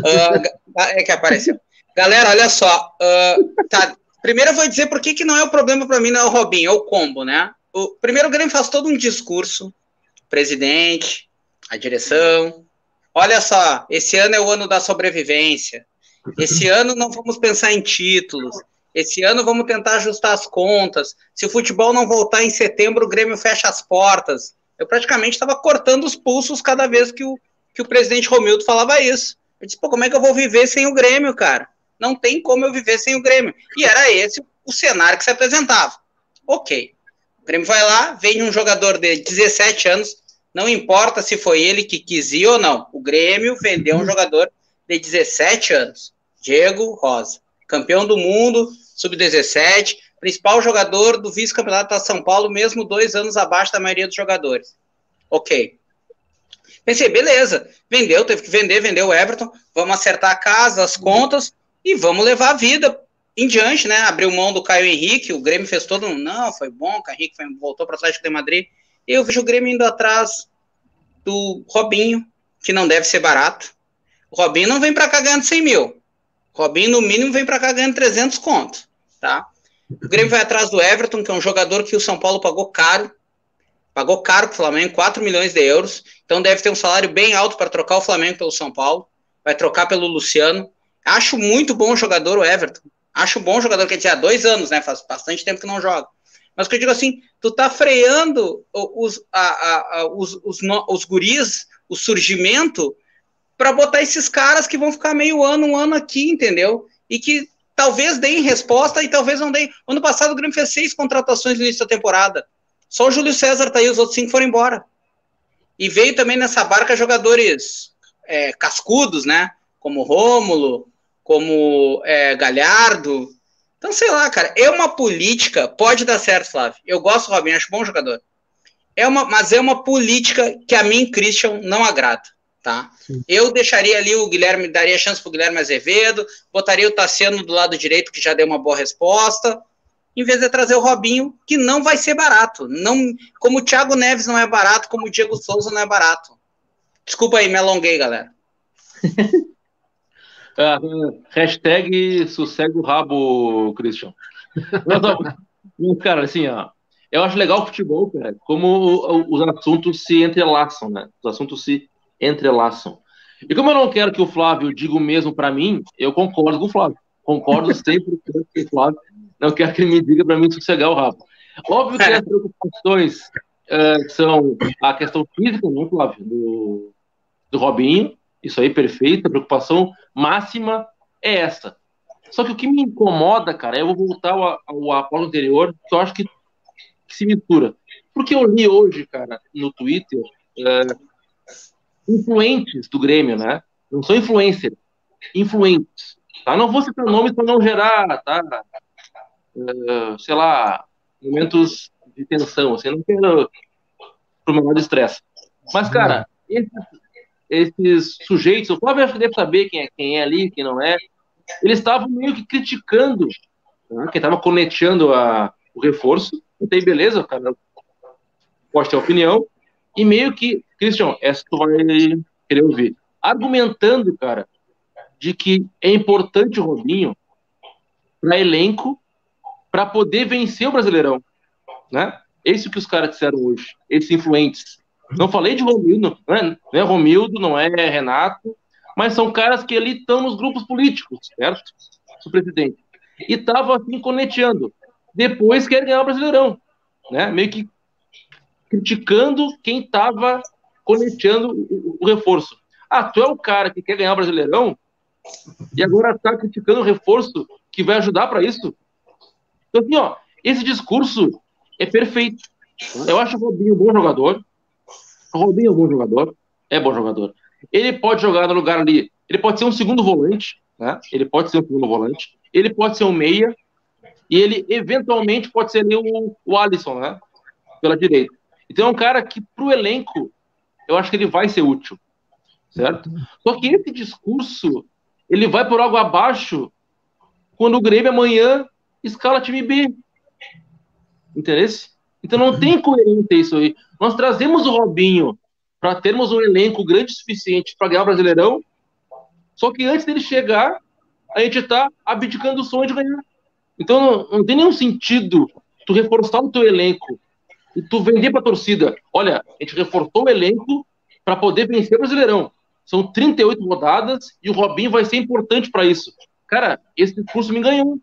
É que apareceu. Galera, olha só. Tá. Primeiro eu vou dizer por que não é o problema para mim, não é o Robinho, é o combo, né? Primeiro o Grêmio faz todo um discurso, o presidente, a direção. Olha só, esse ano é o ano da sobrevivência. Esse ano não vamos pensar em títulos. Esse ano vamos tentar ajustar as contas. Se o futebol não voltar em setembro, o Grêmio fecha as portas. Eu praticamente estava cortando os pulsos cada vez que o presidente Romildo falava isso. Eu disse, como é que eu vou viver sem o Grêmio, cara? Não tem como eu viver sem o Grêmio. E era esse o cenário que se apresentava. Ok. O Grêmio vai lá, vem um jogador de 17 anos, não importa se foi ele que quis ir ou não. O Grêmio vendeu um jogador de 17 anos. Diego Rosa. Campeão do mundo, sub-17, principal jogador do vice-campeonato da São Paulo, mesmo 2 anos abaixo da maioria dos jogadores. Ok. Pensei, beleza, teve que vender, vendeu o Everton, vamos acertar a casa, as contas, e vamos levar a vida em diante, né? Abriu mão do Caio Henrique, o Grêmio fez todo não, foi bom, o Caio Henrique voltou para o Atlético de Madrid, e eu vejo o Grêmio indo atrás do Robinho, que não deve ser barato. O Robinho não vem para cá ganhando 100 mil. O Robinho, no mínimo, vem para cá ganhando 300 conto, tá? O Grêmio vai atrás do Everton, que é um jogador que o São Paulo pagou caro para o Flamengo, 4 milhões de euros, então deve ter um salário bem alto para trocar o Flamengo pelo São Paulo, vai trocar pelo Luciano. Acho muito bom jogador o Everton. Acho bom jogador, quer dizer, há 2 anos, né? Faz bastante tempo que não joga. Mas o que eu digo assim, tu tá freando os guris, o surgimento, para botar esses caras que vão ficar meio ano, um ano aqui, entendeu? E que talvez deem resposta e talvez não deem. Ano passado o Grêmio fez 6 contratações no início da temporada. Só o Júlio César tá aí, os outros 5 foram embora. E veio também nessa barca jogadores cascudos, né? Como Rômulo, como Galhardo. Então, sei lá, cara, é uma política, pode dar certo, Flávio. Eu gosto do Robinho, acho bom jogador. Mas é uma política que a mim, Christian, não agrada, tá? Sim. Eu deixaria ali o Guilherme, daria chance pro Guilherme Azevedo, botaria o Tassiano do lado direito, que já deu uma boa resposta, em vez de trazer o Robinho, que não vai ser barato. Não, como o Thiago Neves não é barato, como o Diego Souza não é barato. Desculpa aí, me alonguei, galera. Hashtag sossega o rabo, Christian. Mas, cara, assim, ó, eu acho legal o futebol, cara, como os assuntos se entrelaçam, né? Os assuntos se entrelaçam. E como eu não quero que o Flávio diga o mesmo para mim, eu concordo com o Flávio. Concordo sempre com o Flávio. Não quero que ele me diga para mim sossegar o rabo. Óbvio que as preocupações são a questão física, né, Flávio, do Robinho. Isso aí, perfeito. A preocupação máxima é essa. Só que o que me incomoda, cara, eu vou voltar ao Apolo anterior, que eu acho que se mistura. Porque eu li hoje, cara, no Twitter, influentes do Grêmio, né? Não são influencers, influentes. Tá? Não vou citar nomes para não gerar, tá? Sei lá, momentos de tensão, assim, não quero pro menor estresse. Mas, cara, esses sujeitos, o Flávio acho que deve saber quem é ali, quem não é, eles estavam meio que criticando, né, quem estava coneteando o reforço, não tem beleza, cara, pode ter opinião, e meio que, Christian, essa tu vai querer ouvir, argumentando, cara, de que é importante o Robinho para elenco, para poder vencer o Brasileirão, né? É isso que os caras disseram hoje, esses influentes. Não falei de Romildo, não é Romildo, não é Renato, mas são caras que ali estão nos grupos políticos, certo? O presidente. E estavam assim coneteando. Depois querem ganhar o Brasileirão, né? Meio que criticando quem estava coneteando o reforço. Ah, tu é o cara que quer ganhar o Brasileirão e agora está criticando o reforço que vai ajudar para isso? Então, assim, ó, esse discurso é perfeito. Eu acho o Robinho um bom jogador. O Robinho é um bom jogador. É bom jogador. Ele pode jogar no lugar ali. Ele pode ser um segundo volante, né? Ele pode ser um segundo volante. Ele pode ser um meia. E ele, eventualmente, pode ser ali o Alisson, né? Pela direita. Então, é um cara que, pro elenco, eu acho que ele vai ser útil. Certo? Só que esse discurso, ele vai por água abaixo quando o Grêmio amanhã escala time B. Interesse? Então não tem coerência isso aí. Nós trazemos o Robinho para termos um elenco grande o suficiente para ganhar o Brasileirão, só que antes dele chegar, a gente está abdicando do sonho de ganhar. Então não tem nenhum sentido tu reforçar o teu elenco e tu vender para a torcida. Olha, a gente reforçou o elenco para poder vencer o Brasileirão. São 38 rodadas e o Robinho vai ser importante para isso. Cara, esse discurso me ganhou.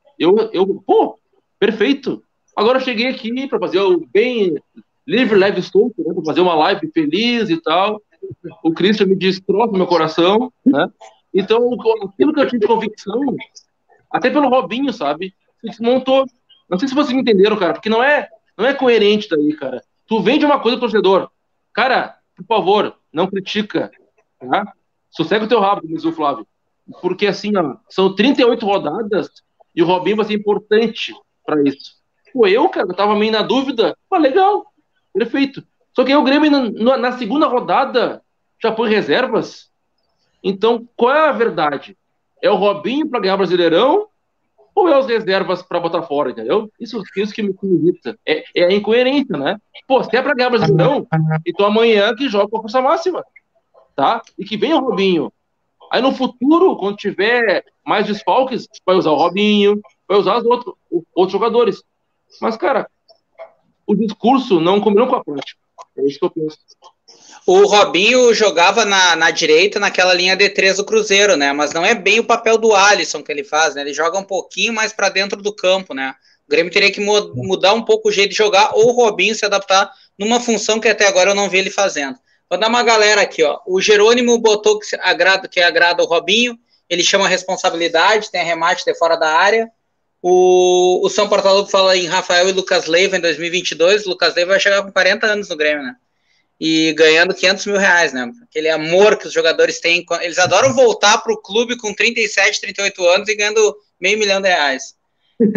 Pô, perfeito. Agora eu cheguei aqui para fazer o bem livre, leve, solto, né, para fazer uma live feliz e tal. O Christian me destroça meu coração, né? Então, aquilo que eu tinha de convicção, até pelo Robinho, sabe? Se desmontou. Não sei se vocês me entenderam, cara, porque não é coerente daí, cara. Tu vende uma coisa pro torcedor. Cara, por favor, não critica, tá? Sossega o teu rabo, como diz o Flávio. Porque, assim, ó, são 38 rodadas e o Robinho vai ser importante para isso. Pô, cara, eu tava meio na dúvida. Pô, legal, perfeito. Só que aí o Grêmio, na segunda rodada, já põe reservas. Então, qual é a verdade? É o Robinho para ganhar o Brasileirão ou é as reservas para botar fora, entendeu? Isso que me irrita. É a incoerência, né? Pô, se é para ganhar o Brasileirão, então amanhã que joga com a força máxima, tá? E que venha o Robinho. Aí no futuro, quando tiver mais desfalques, vai usar o Robinho, vai usar os outros jogadores. Mas, cara, o discurso não combinou com a prática. É isso que eu penso. O Robinho jogava na direita, naquela linha D3 do Cruzeiro, né? Mas não é bem o papel do Alisson que ele faz, né? Ele joga um pouquinho mais para dentro do campo, né? O Grêmio teria que mudar um pouco o jeito de jogar, ou o Robinho se adaptar numa função que até agora eu não vi ele fazendo. Vou dar uma galera aqui, ó. O Jerônimo botou que agrada o Robinho, ele chama a responsabilidade, tem arremate de fora da área. O São Paulo fala em Rafael e Lucas Leiva em 2022. O Lucas Leiva vai chegar com 40 anos no Grêmio, né? E ganhando 500 mil reais, né? Aquele amor que os jogadores têm. Eles adoram voltar para o clube com 37, 38 anos e ganhando R$500 mil.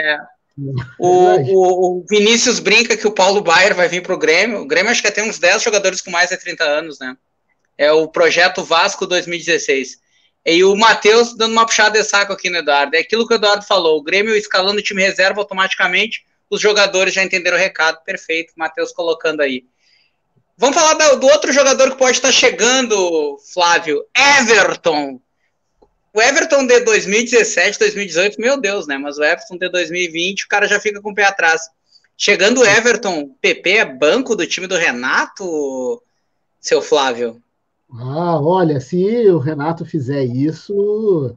O Vinícius brinca que o Paulo Baier vai vir para o Grêmio. O Grêmio acho que tem uns 10 jogadores com mais de 30 anos, né? É o projeto Vasco 2016. E o Matheus dando uma puxada de saco aqui no Eduardo. É aquilo que o Eduardo falou. O Grêmio escalando o time reserva automaticamente. Os jogadores já entenderam o recado. Perfeito. Matheus colocando aí. Vamos falar do outro jogador que pode estar chegando, Flávio. Everton. O Everton de 2017, 2018, meu Deus, né? Mas o Everton de 2020, o cara já fica com o pé atrás. Chegando o Everton, PP é banco do time do Renato, seu Flávio? Olha, se o Renato fizer isso,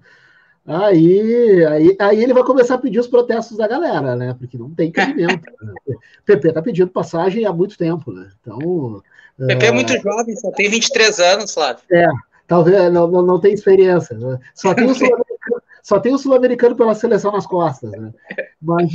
aí ele vai começar a pedir os protestos da galera, né? Porque não tem cabimento. O PP tá pedindo passagem há muito tempo, né? Então... PP é muito jovem, só tem 23 anos, Flávio. Talvez não tem experiência. Né? Só tem o sul-americano pela seleção nas costas, né? Mas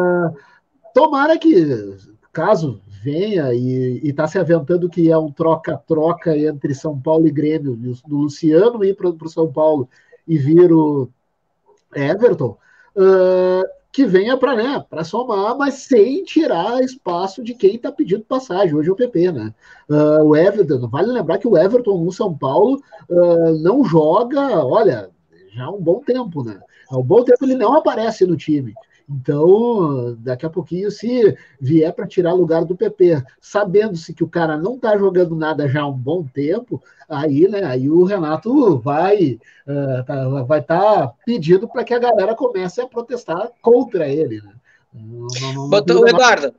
tomara que, caso venha e está se aventando que é um troca-troca entre São Paulo e Grêmio, do Luciano ir para o São Paulo e vir o Everton, que venha para somar, mas sem tirar espaço de quem está pedindo passagem. Hoje é o PP, né? O Everton, vale lembrar que o Everton no São Paulo não joga, olha, já há um bom tempo, né? Há um bom tempo ele não aparece no time. Então, daqui a pouquinho, se vier para tirar lugar do PP, sabendo-se que o cara não está jogando nada já há um bom tempo, aí, né, aí o Renato vai estar pedindo para que a galera comece a protestar contra ele. Né? Botou o Eduardo.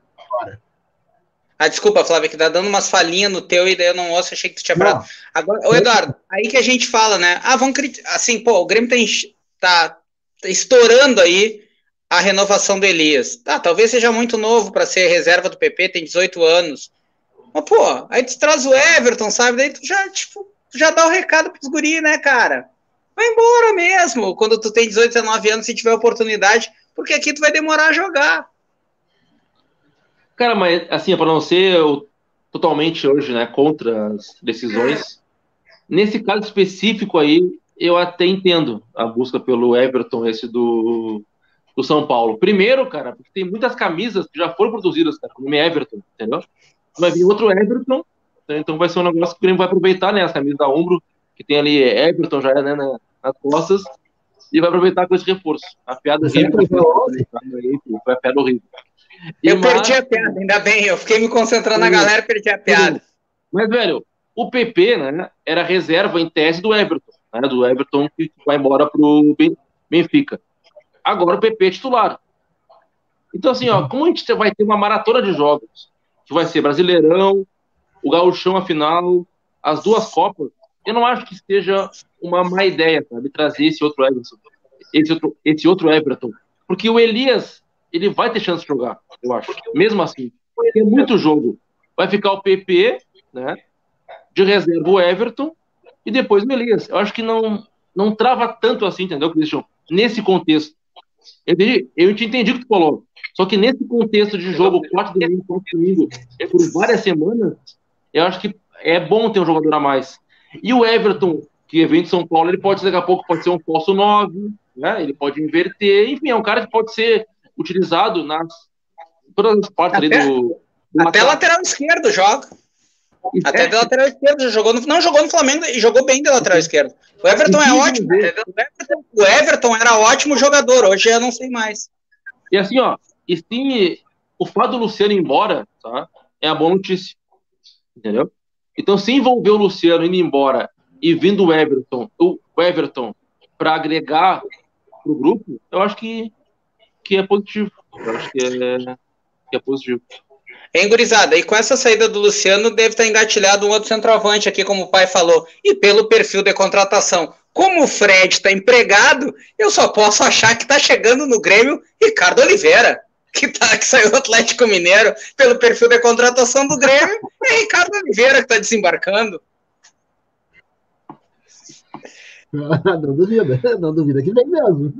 Desculpa, Flávio, que tá dando umas falhinhas no teu e daí eu não ouço, achei que tu tinha parado. Agora, Eduardo, aí que a gente fala, né? Vamos criticar. Assim, pô, o Grêmio tá estourando aí a renovação do Elias. Talvez seja muito novo para ser reserva do PP, tem 18 anos. Mas, pô, aí tu traz o Everton, sabe? Daí tu já dá o recado pros guri, né, cara? Vai embora mesmo, quando tu tem 18, 19 anos, se tiver oportunidade, porque aqui tu vai demorar a jogar. Cara, mas assim, para não ser totalmente hoje, né, contra as decisões, nesse caso específico aí, eu até entendo a busca pelo Everton, esse do São Paulo. Primeiro, cara, porque tem muitas camisas que já foram produzidas, cara, como Everton, entendeu? Vai vir outro Everton, então vai ser um negócio que o Grêmio vai aproveitar, né, as camisas da Umbro, que tem ali Everton já, né, nas costas, e vai aproveitar com esse reforço. A piada horrível. Foi a piada horrível. Perdi a piada, ainda bem, eu fiquei me concentrando na galera e perdi a piada. Mas, velho, o PP, né, era reserva em tese do Everton, né, do Everton que vai embora pro Benfica. Agora o PP é titular. Então, assim, ó, como a gente vai ter uma maratona de jogos, que vai ser Brasileirão, o Gauchão, a final, as duas Copas, eu não acho que seja uma má ideia, sabe, trazer esse outro Everton. Esse outro Everton. Porque o Elias, ele vai ter chance de jogar, eu acho. Mesmo assim. Tem muito jogo. Vai ficar o PP, né, de reserva o Everton, e depois o Elias. Eu acho que não trava tanto assim, entendeu, Christian? Nesse contexto. Eu te entendi o que tu falou. Só que nesse contexto de jogo, 4 domingo, por várias semanas, eu acho que é bom ter um jogador a mais. E o Everton, que vem de São Paulo, ele pode, daqui a pouco, pode ser um falso 9, né? Ele pode inverter. Enfim, é um cara que pode ser utilizado nas todas as partes ali do até lateral esquerdo joga. Até de lateral esquerdo, não jogou no Flamengo e jogou bem de lateral esquerdo. O Everton é ótimo. O Everton era ótimo jogador, hoje eu não sei mais. E assim, ó, o fato do Luciano ir embora, tá? É a boa notícia. Entendeu? Então, se envolver o Luciano indo embora e vindo o Everton para agregar pro grupo, eu acho que é positivo. Eu acho que é positivo. Hein, gurizada? E com essa saída do Luciano, deve estar engatilhado um outro centroavante aqui, como o pai falou. E pelo perfil de contratação. Como o Fred está empregado, eu só posso achar que está chegando no Grêmio Ricardo Oliveira, que saiu do Atlético Mineiro. Pelo perfil de contratação do Grêmio, é Ricardo Oliveira que está desembarcando. Não duvida que vem mesmo.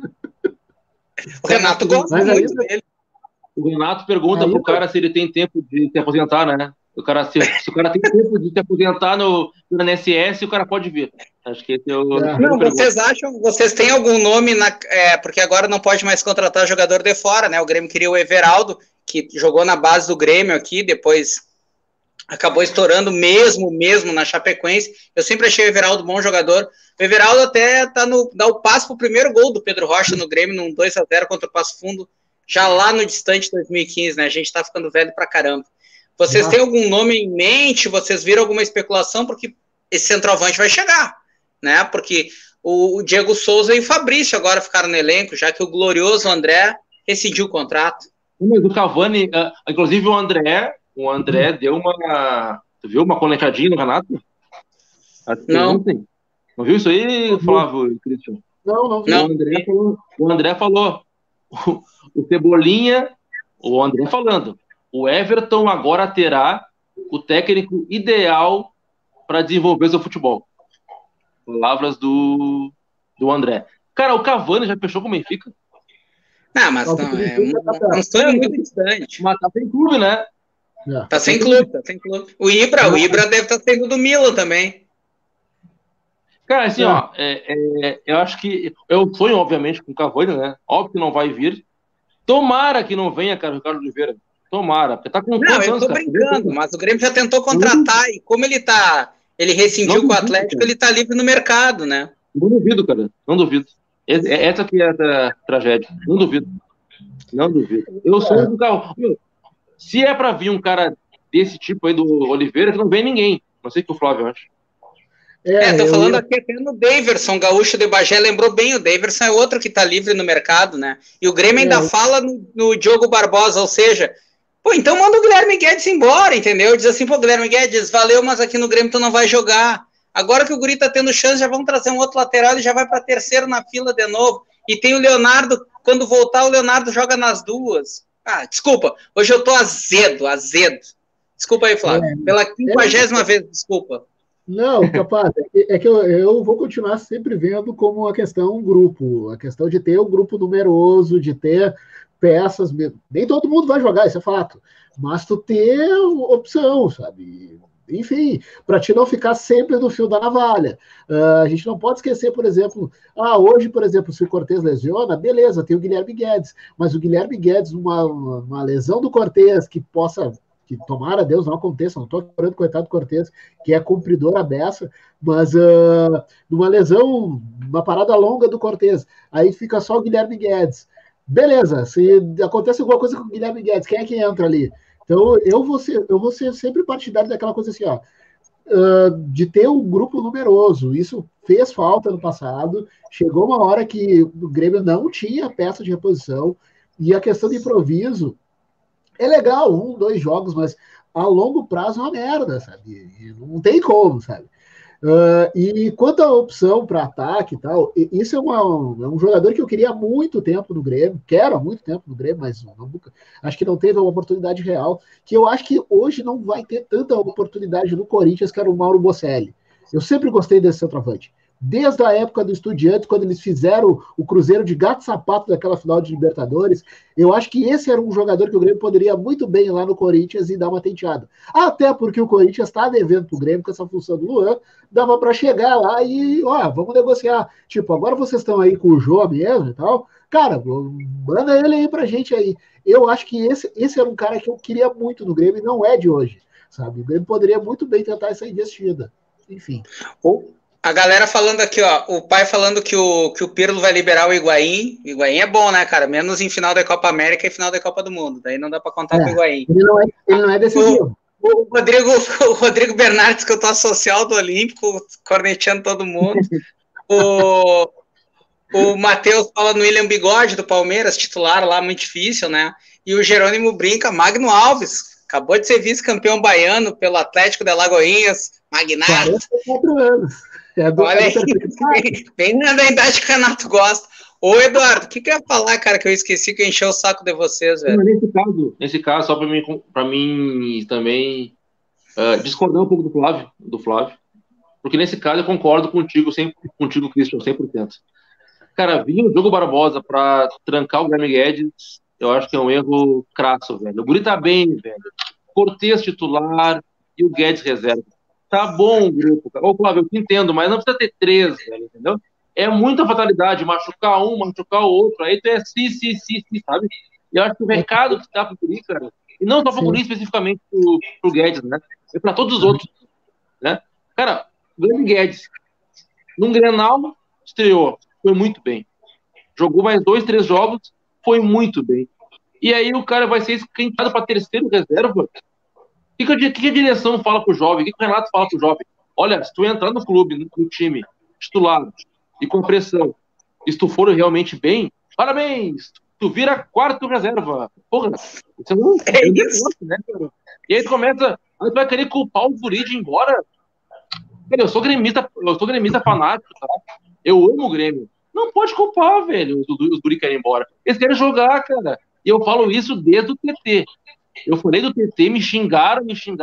O Renato gosta muito dele. O Renato pergunta pro cara se ele tem tempo de se aposentar, né? Se o cara tem tempo de se aposentar no INSS, o cara pode vir. Acho que esse é o... Não, vocês têm algum nome, porque agora não pode mais contratar jogador de fora, né? O Grêmio queria o Everaldo, que jogou na base do Grêmio aqui, depois acabou estourando mesmo na Chapecoense. Eu sempre achei o Everaldo bom jogador. O Everaldo até dá o passo pro primeiro gol do Pedro Rocha no Grêmio, num 2-0 contra o Passo Fundo, já lá no distante 2015, né? A gente tá ficando velho pra caramba. Vocês têm algum nome em mente? Vocês viram alguma especulação? Porque esse centroavante vai chegar, né? Porque o Diego Souza e o Fabrício agora ficaram no elenco, já que o glorioso André rescindiu o contrato. Mas o Cavani, inclusive o André deu uma... Tu viu uma conectadinha no Renato? Não. Não viu isso aí, Flávio e Cristian? Não. O André falou. O Cebolinha, o André falando, o Everton agora terá o técnico ideal para desenvolver seu futebol. Palavras do André. Cara, o Cavani já fechou com o Benfica? Não, mas não, é um sonho muito distante. Mas tá sem clube, né? Tá sem clube. O Ibra deve estar saindo do Milan também. Cara, assim, eu acho que eu sonho, obviamente, com o Cavani, né? Óbvio que não vai vir. Tomara que não venha, cara, o Ricardo Oliveira. Tomara, porque tá com... Não, eu tô brincando, mas o Grêmio já tentou contratar e como ele rescindiu com o Atlético, ele tá livre no mercado, né? Não duvido, cara, não duvido. Essa aqui é a tragédia, não duvido. Eu sou do carro. Se é pra vir um cara desse tipo aí do Oliveira, que não vem ninguém. Não sei o que o Flávio acha. Tô falando aqui até no Daverson, gaúcho de Bagé, lembrou bem, o Daverson é outro que tá livre no mercado, né? E o Grêmio ainda fala no Diogo Barbosa, ou seja, então manda o Guilherme Guedes embora, entendeu? Diz assim, Guilherme Guedes, valeu, mas aqui no Grêmio tu não vai jogar. Agora que o Guri tá tendo chance, já vão trazer um outro lateral e já vai pra terceiro na fila de novo. E tem o Leonardo, quando voltar o Leonardo joga nas duas. Desculpa, hoje eu tô azedo. Desculpa aí, Flávio, pela 50ª vez, desculpa. Não, capaz, é que eu vou continuar sempre vendo como a questão grupo, a questão de ter um grupo numeroso, de ter peças, nem todo mundo vai jogar, isso é fato, mas tu ter opção, sabe? Enfim, para ti não ficar sempre no fio da navalha. A gente não pode esquecer, por exemplo, hoje, por exemplo, se o Cortez lesiona, beleza, tem o Guilherme Guedes, mas o Guilherme Guedes, uma lesão do Cortez que possa... que tomara Deus não aconteça, não estou falando coitado do Cortez, que é cumpridor à beça, mas numa lesão, uma parada longa do Cortez, aí fica só o Guilherme Guedes. Beleza, se acontece alguma coisa com o Guilherme Guedes, quem é que entra ali? Então eu vou ser sempre partidário daquela coisa assim, de ter um grupo numeroso. Isso fez falta no passado, chegou uma hora que o Grêmio não tinha peça de reposição, e a questão de improviso é legal, 1, 2 jogos, mas a longo prazo é uma merda, sabe? E não tem como, sabe? E quanto à opção para ataque e tal, isso é um jogador que eu queria há muito tempo no Grêmio, quero há muito tempo no Grêmio, mas acho que não teve uma oportunidade real, que eu acho que hoje não vai ter tanta oportunidade no Corinthians, que era o Mauro Bocelli. Eu sempre gostei desse centroavante. Desde a época do Estudiantes, quando eles fizeram o Cruzeiro de gato-sapato daquela final de Libertadores, eu acho que esse era um jogador que o Grêmio poderia muito bem ir lá no Corinthians e dar uma tenteada. Até porque o Corinthians está devendo para o Grêmio com essa função do Luan, dava para chegar lá e, vamos negociar. Tipo, agora vocês estão aí com o Jô mesmo e tal, cara, manda ele aí pra gente aí. Eu acho que esse era um cara que eu queria muito no Grêmio e não é de hoje, sabe? O Grêmio poderia muito bem tentar essa investida. Enfim. A galera falando aqui, o pai falando que o Pirlo vai liberar o Higuaín. O Higuaín é bom, né, cara? Menos em final da Copa América e final da Copa do Mundo. Daí não dá pra contar com o Higuaín. Ele não é decisivo. O Rodrigo Bernardes, que eu tô social do Olímpico, corneteando todo mundo. O Matheus fala no William Bigode, do Palmeiras, titular lá, muito difícil, né? E o Jerônimo brinca, Magno Alves. Acabou de ser vice-campeão baiano pelo Atlético de Alagoinhas, Magnata. 44 anos. Olha aí, bem na idade que o Renato gosta. Ô, Eduardo, o que eu ia falar, cara, que eu esqueci que eu encheu o saco de vocês, velho? Nesse caso, só pra mim também discordar um pouco do Flávio, porque nesse caso eu concordo contigo, Christian, 100%. Cara, vir o Diogo Barbosa pra trancar o Grêmio Guedes, eu acho que é um erro crasso, velho. O Guri tá bem, velho. Cortez titular e o Guedes reserva. Tá bom o grupo, cara. Ô, Flávio, eu te entendo, mas não precisa ter 3, velho, entendeu? É muita fatalidade, machucar um, machucar o outro, aí tu é sim, sabe? E eu acho que o recado que tá pro Guri, cara, e não só pro Guri, especificamente pro Guedes, né? É pra todos os outros, né? Cara, o Grêmio Guedes, num Grenal, estreou, foi muito bem. Jogou mais 2, 3 jogos, foi muito bem. E aí o cara vai ser esquentado pra terceiro reserva. O que a direção fala pro jovem? O que o Renato fala pro jovem? Olha, se tu entrar no clube, no time, titular, e com pressão, e se tu for realmente bem, parabéns! Tu vira quarto reserva. Porra, isso não é isso, né, cara? E aí tu começa, aí tu vai querer culpar o Guri de ir embora? Cara, eu sou gremista fanático, tá? Eu amo o Grêmio. Não pode culpar, velho, os Guri querem ir embora. Eles querem jogar, cara. E eu falo isso desde o TT. Eu falei do TT, me xingaram,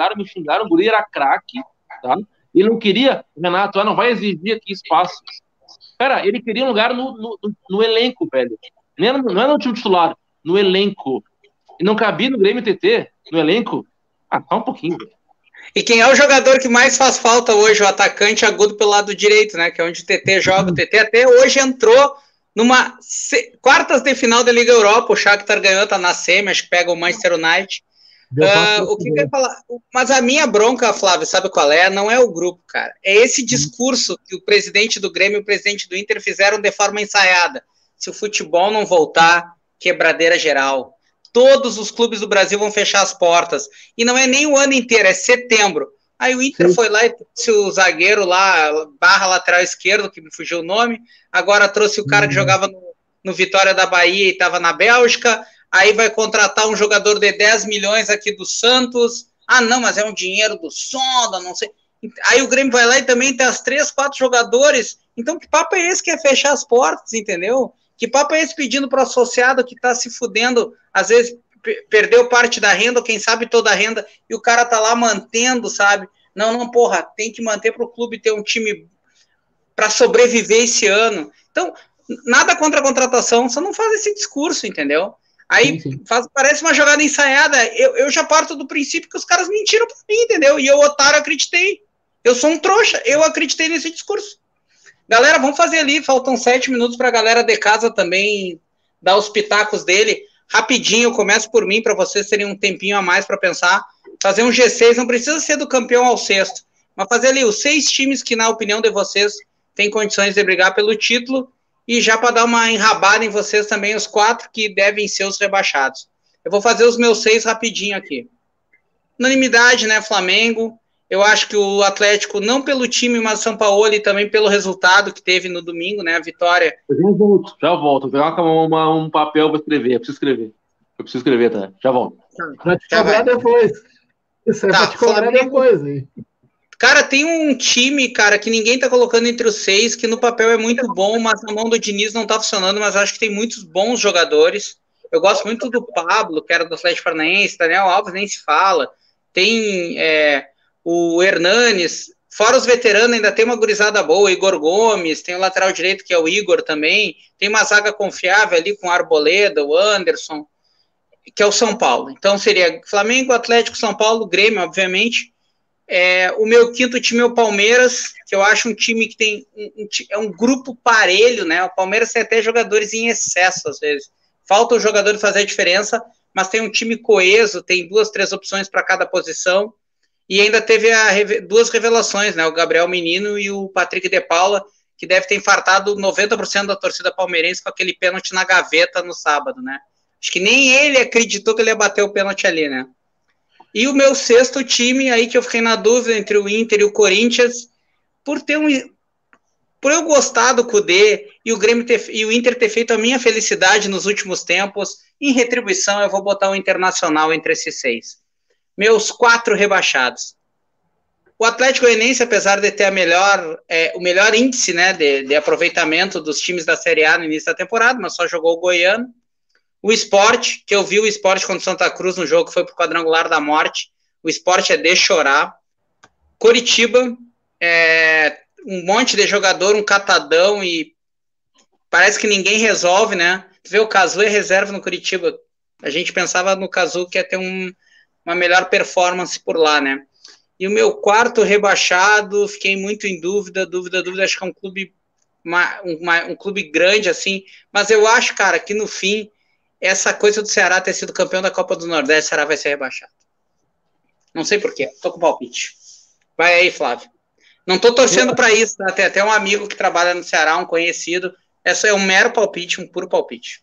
o Guri era craque, tá? Ele não queria, Renato, não vai exigir aqui espaço. Cara, ele queria um lugar no elenco, velho. Não era no time titular, no elenco. E não cabia no Grêmio TT, no elenco. Tá um pouquinho, velho. E quem é o jogador que mais faz falta hoje? O atacante agudo pelo lado direito, né? Que é onde o TT joga. O TT até hoje entrou numa quartas de final da Liga Europa. O Shakhtar ganhou, tá na semi, acho que pega o Manchester United. O que eu ia falar? Mas a minha bronca, Flávio, sabe qual é? Não é o grupo, cara. É esse discurso que o presidente do Grêmio e o presidente do Inter fizeram de forma ensaiada. Se o futebol não voltar, quebradeira geral. Todos os clubes do Brasil vão fechar as portas. E não é nem o ano inteiro, é setembro. Aí o Inter foi lá e trouxe o zagueiro lá, barra lateral esquerdo, que me fugiu o nome. Agora trouxe o cara que jogava no Vitória da Bahia e estava na Bélgica. Aí vai contratar um jogador de 10 milhões aqui do Santos. Ah, não, mas é um dinheiro do Sonda, não sei. Aí o Grêmio vai lá e também tem as 3, 4 jogadores. Então que papo é esse que é fechar as portas, entendeu? Que papo é esse pedindo para o associado que está se fudendo, às vezes perdeu parte da renda, ou quem sabe toda a renda, e o cara tá lá mantendo, sabe? Não, porra, tem que manter para o clube ter um time para sobreviver esse ano. Então, nada contra a contratação, só não faz esse discurso, entendeu? Aí parece uma jogada ensaiada. Eu já parto do princípio que os caras mentiram pra mim, entendeu? E eu, otário, acreditei. Eu sou um trouxa, eu acreditei nesse discurso. Galera, vamos fazer ali, faltam 7 minutos pra galera de casa também dar os pitacos dele. Rapidinho, eu começo por mim, para vocês terem um tempinho a mais para pensar. Fazer um G6, não precisa ser do campeão ao sexto, mas fazer ali os 6 times que, na opinião de vocês, têm condições de brigar pelo título. E já para dar uma enrabada em vocês também, os 4 que devem ser os rebaixados. Eu vou fazer os meus 6 rapidinho aqui. Unanimidade, né, Flamengo. Eu acho que o Atlético, não pelo time, mas o São Paulo e também pelo resultado que teve no domingo, né, a vitória. Já volto. Vou pegar um papel para escrever. Eu preciso escrever, tá? Já volto. Pra te cobrar depois. Isso é pra te cobrar depois, hein? Cara, tem um time, cara, que ninguém tá colocando entre os 6, que no papel é muito bom, mas na mão do Diniz não tá funcionando, mas acho que tem muitos bons jogadores. Eu gosto muito do Pablo, que era do Atlético Paranaense, Daniel Alves nem se fala. Tem o Hernanes, fora os veteranos, ainda tem uma gurizada boa, Igor Gomes, tem o lateral direito, que é o Igor também, tem uma zaga confiável ali com o Arboleda, o Anderson, que é o São Paulo. Então seria Flamengo, Atlético, São Paulo, Grêmio, obviamente. O meu quinto time é o Palmeiras, que eu acho um time que tem é um grupo parelho, né? O Palmeiras tem até jogadores em excesso às vezes. Falta o jogador fazer a diferença, mas tem um time coeso, tem 2, 3 opções para cada posição. E ainda teve 2 revelações, né? O Gabriel Menino e o Patrick de Paula, que deve ter infartado 90% da torcida palmeirense com aquele pênalti na gaveta no sábado, né? Acho que nem ele acreditou que ele ia bater o pênalti ali, né? E o meu 6º time, aí que eu fiquei na dúvida entre o Inter e o Corinthians, por eu gostar do Kudê e o Grêmio e o Inter ter feito a minha felicidade nos últimos tempos, em retribuição eu vou botar o Internacional entre esses 6. Meus 4 rebaixados. O Atlético Goianiense, apesar de ter o melhor índice, né, de aproveitamento dos times da Série A no início da temporada, mas só jogou o Goiano. O Sport, que eu vi o Sport contra o Santa Cruz no jogo que foi pro quadrangular da morte. O Sport é de chorar. Coritiba, um monte de jogador, um catadão, e parece que ninguém resolve, né? Tu vê, o Cazu é reserva no Coritiba. A gente pensava no Cazu que ia ter uma melhor performance por lá, né? E o meu 4 rebaixado, fiquei muito em dúvida, acho que é um clube, um clube grande, assim, mas eu acho, cara, que no fim, essa coisa do Ceará ter sido campeão da Copa do Nordeste, o Ceará vai ser rebaixado. Não sei porquê, tô com palpite. Vai aí, Flávio. Não tô torcendo para isso, tá? Tem até um amigo que trabalha no Ceará, um conhecido. Essa é um mero palpite, um puro palpite.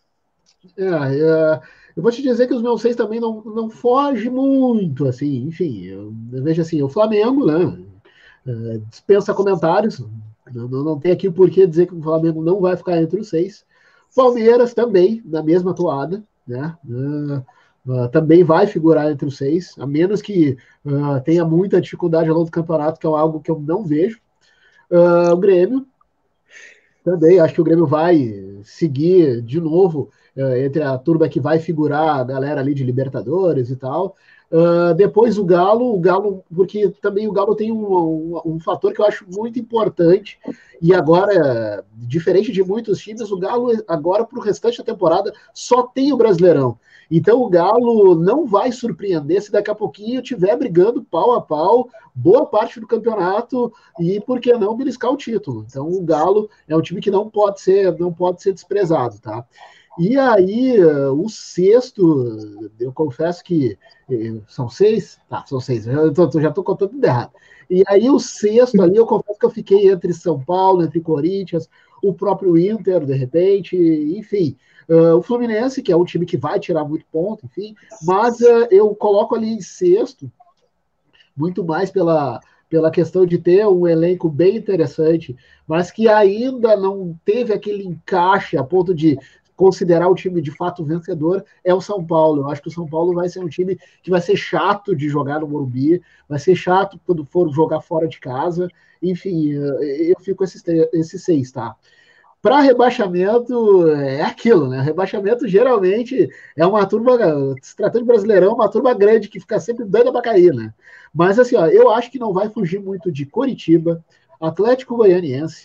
Eu vou te dizer que os meus 6 também não fogem muito, assim, enfim, eu vejo assim, o Flamengo, né, dispensa comentários, não tem aqui o porquê dizer que o Flamengo não vai ficar entre os 6. Palmeiras também, na mesma toada, né, também vai figurar entre os 6, a menos que tenha muita dificuldade ao longo do campeonato, que é algo que eu não vejo. O Grêmio também, acho que o Grêmio vai seguir de novo entre a turma que vai figurar a galera ali de Libertadores e tal. Depois o Galo, porque também o Galo tem um fator que eu acho muito importante, e agora, diferente de muitos times, o Galo agora para o restante da temporada só tem o Brasileirão. Então o Galo não vai surpreender se daqui a pouquinho estiver brigando pau a pau boa parte do campeonato e, por que não, beliscar o título. Então o Galo é um time que não pode ser desprezado, tá? E aí, o sexto, eu confesso que são 6? Tá, são 6, já estou contando tudo errado. E aí, o sexto ali, eu confesso que eu fiquei entre São Paulo, entre Corinthians, o próprio Inter, de repente, enfim. O Fluminense, que é um time que vai tirar muito ponto, enfim, mas eu coloco ali em sexto, muito mais pela questão de ter um elenco bem interessante, mas que ainda não teve aquele encaixe a ponto de considerar o time de fato vencedor, é o São Paulo. Eu acho que o São Paulo vai ser um time que vai ser chato de jogar no Morumbi, vai ser chato quando for jogar fora de casa. Enfim, eu fico com esses 6, tá? Para rebaixamento, é aquilo, né? Rebaixamento geralmente é uma turma, se tratando de Brasileirão, uma turma grande que fica sempre dando para cair, né? Mas assim, ó, eu acho que não vai fugir muito de Coritiba, Atlético Goianiense.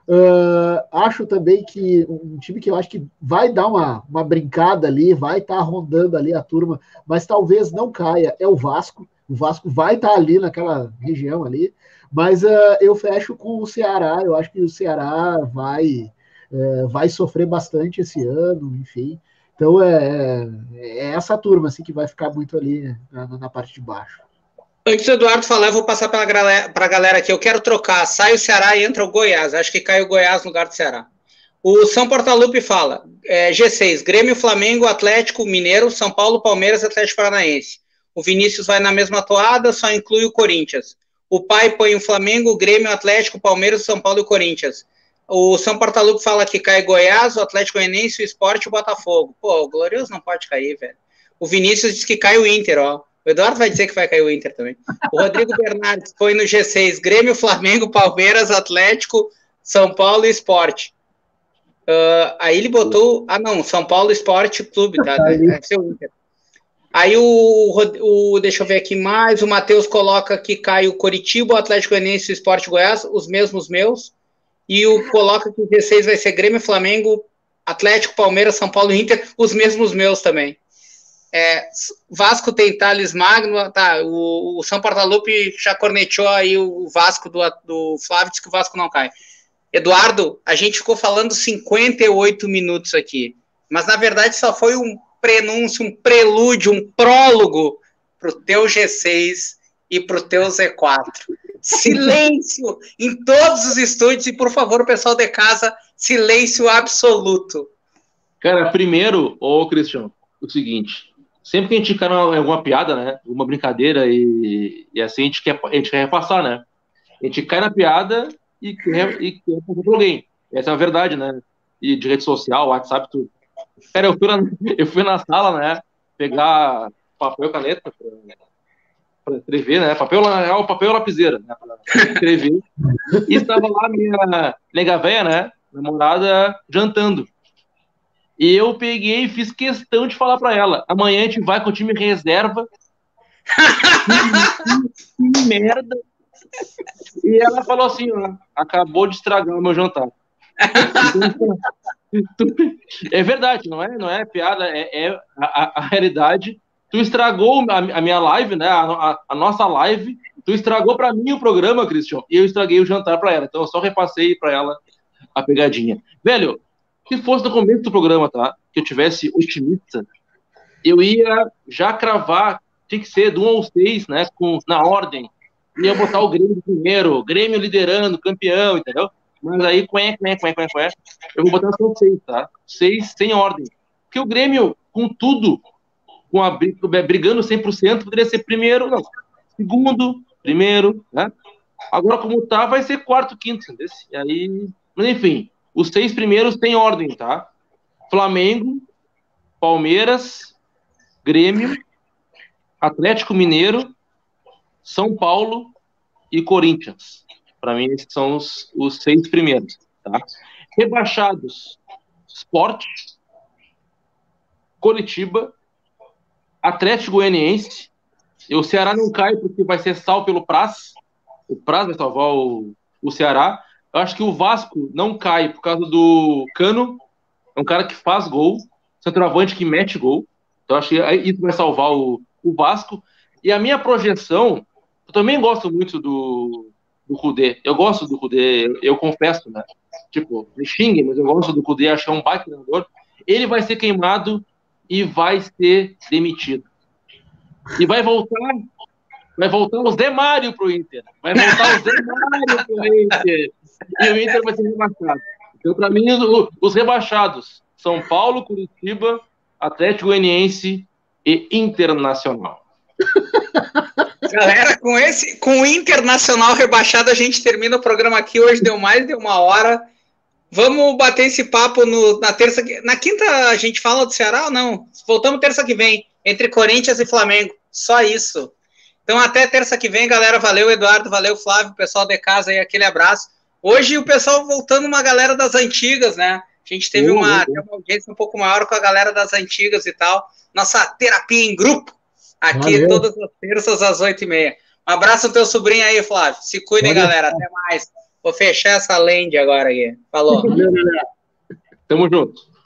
Acho também que um time que eu acho que vai dar uma brincada ali, vai estar rondando ali a turma, mas talvez não caia, é o Vasco. O Vasco vai estar ali naquela região ali, mas eu fecho com o Ceará. Eu acho que o Ceará vai sofrer bastante esse ano, enfim. Então é essa turma assim, que vai ficar muito ali na parte de baixo. Antes do Eduardo falar, eu vou passar para a galera aqui. Eu quero trocar. Sai o Ceará e entra o Goiás. Acho que cai o Goiás no lugar do Ceará. O São Portalupe fala: G6, Grêmio, Flamengo, Atlético, Mineiro, São Paulo, Palmeiras, Atlético Paranaense. O Vinícius vai na mesma toada, só inclui o Corinthians. O pai põe o Flamengo, o Grêmio, o Atlético, Palmeiras, São Paulo e o Corinthians. O São Portalupe fala que cai Goiás, o Atlético Goianiense, o Sport e o Botafogo. Pô, o Glorioso não pode cair, velho. O Vinícius diz que cai o Inter, ó. O Eduardo vai dizer que vai cair o Inter também. O Rodrigo Bernardes põe no G6 Grêmio, Flamengo, Palmeiras, Atlético, São Paulo e Sport. Aí ele botou... não, São Paulo Esporte Clube, tá? Deve ser o Inter. Aí deixa eu ver aqui mais, o Matheus coloca que cai o Coritiba, o Atlético Goianiense e o Sport Goiás, os mesmos meus, e coloca que o G6 vai ser Grêmio, Flamengo, Atlético, Palmeiras, São Paulo e Inter, os mesmos meus também. Vasco tem Thales Magno, tá, o São Portalupe já corneteou aí o Vasco do Flávio, disse que o Vasco não cai. Eduardo, a gente ficou falando 58 minutos aqui, mas na verdade só foi um prenúncio, um prelúdio, um prólogo pro teu G6 e pro teu Z4. Silêncio em todos os estúdios e, por favor, o pessoal de casa, silêncio absoluto. Cara, primeiro, Cristian, o seguinte, sempre que a gente cai em alguma piada, né, alguma brincadeira e assim a gente quer repassar, né? A gente cai na piada e quer passar pra alguém. Essa é a verdade, né? E de rede social, WhatsApp, tudo. Cara, eu fui na sala, né, pegar papel e caneta para escrever, né? Papel lapiseira, né? Para escrever. E estava lá minha nega véia, né? Namorada, jantando. E eu peguei e fiz questão de falar para ela: amanhã a gente vai com o time reserva. Que merda. E ela falou assim: ó, acabou de estragar o meu jantar. É verdade, não é piada, é a realidade. Tu estragou a minha live, né? A nossa live. Tu estragou para mim o programa, Christian, e eu estraguei o jantar para ela. Então eu só repassei para ela a pegadinha. Velho, se fosse no começo do programa, tá? Que eu tivesse otimista, eu ia já cravar, tinha que ser do 1 ao 6, né? Na ordem. Ia botar o Grêmio primeiro, Grêmio liderando, campeão, entendeu? Mas aí, eu vou botar só 6, tá? 6 sem ordem. Porque o Grêmio, com tudo, brigando 100%, poderia ser primeiro, não. Segundo, primeiro, né? Agora, como tá, vai ser quarto, quinto, entendeu? E aí, mas enfim, os 6 primeiros têm ordem, tá? Flamengo, Palmeiras, Grêmio, Atlético Mineiro, São Paulo e Corinthians. Para mim, esses são os 6 primeiros, tá? Rebaixados: Sport, Coritiba, Atlético Goianiense. E o Ceará não cai porque vai ser salvo pelo Praz. O Praz vai salvar o Ceará. Eu acho que o Vasco não cai por causa do Cano. É um cara que faz gol, centroavante que mete gol. Então acho que isso vai salvar o Vasco. E a minha projeção, eu também gosto muito do Kudê. Eu gosto do Kudê, eu confesso, né? Tipo, me xinguem, mas eu gosto do Kudê, acho que é um baita treinador. Ele vai ser queimado e vai ser demitido. E vai voltar o Zé Mário pro Inter. Vai voltar o Zé Mário pro Inter. E o Inter vai ser rebaixado. Então, para mim, os rebaixados: São Paulo, Curitiba, Atlético Goianiense e Internacional. Galera, com o Internacional rebaixado, a gente termina o programa aqui. Hoje deu mais de 1 hora. Vamos bater esse papo na terça. Na quinta a gente fala do Ceará ou não? Voltamos terça que vem, entre Corinthians e Flamengo. Só isso. Então até terça que vem, galera. Valeu, Eduardo. Valeu, Flávio. Pessoal de casa aí, aquele abraço. Hoje o pessoal voltando, uma galera das antigas, né? A gente teve uma audiência um pouco maior com a galera das antigas e tal. Nossa terapia em grupo. Aqui todas as terças às 8h30. Um abraço ao teu sobrinho aí, Flávio. Se cuidem, galera. Até mais. Vou fechar essa lente agora aqui. Falou. Tamo junto.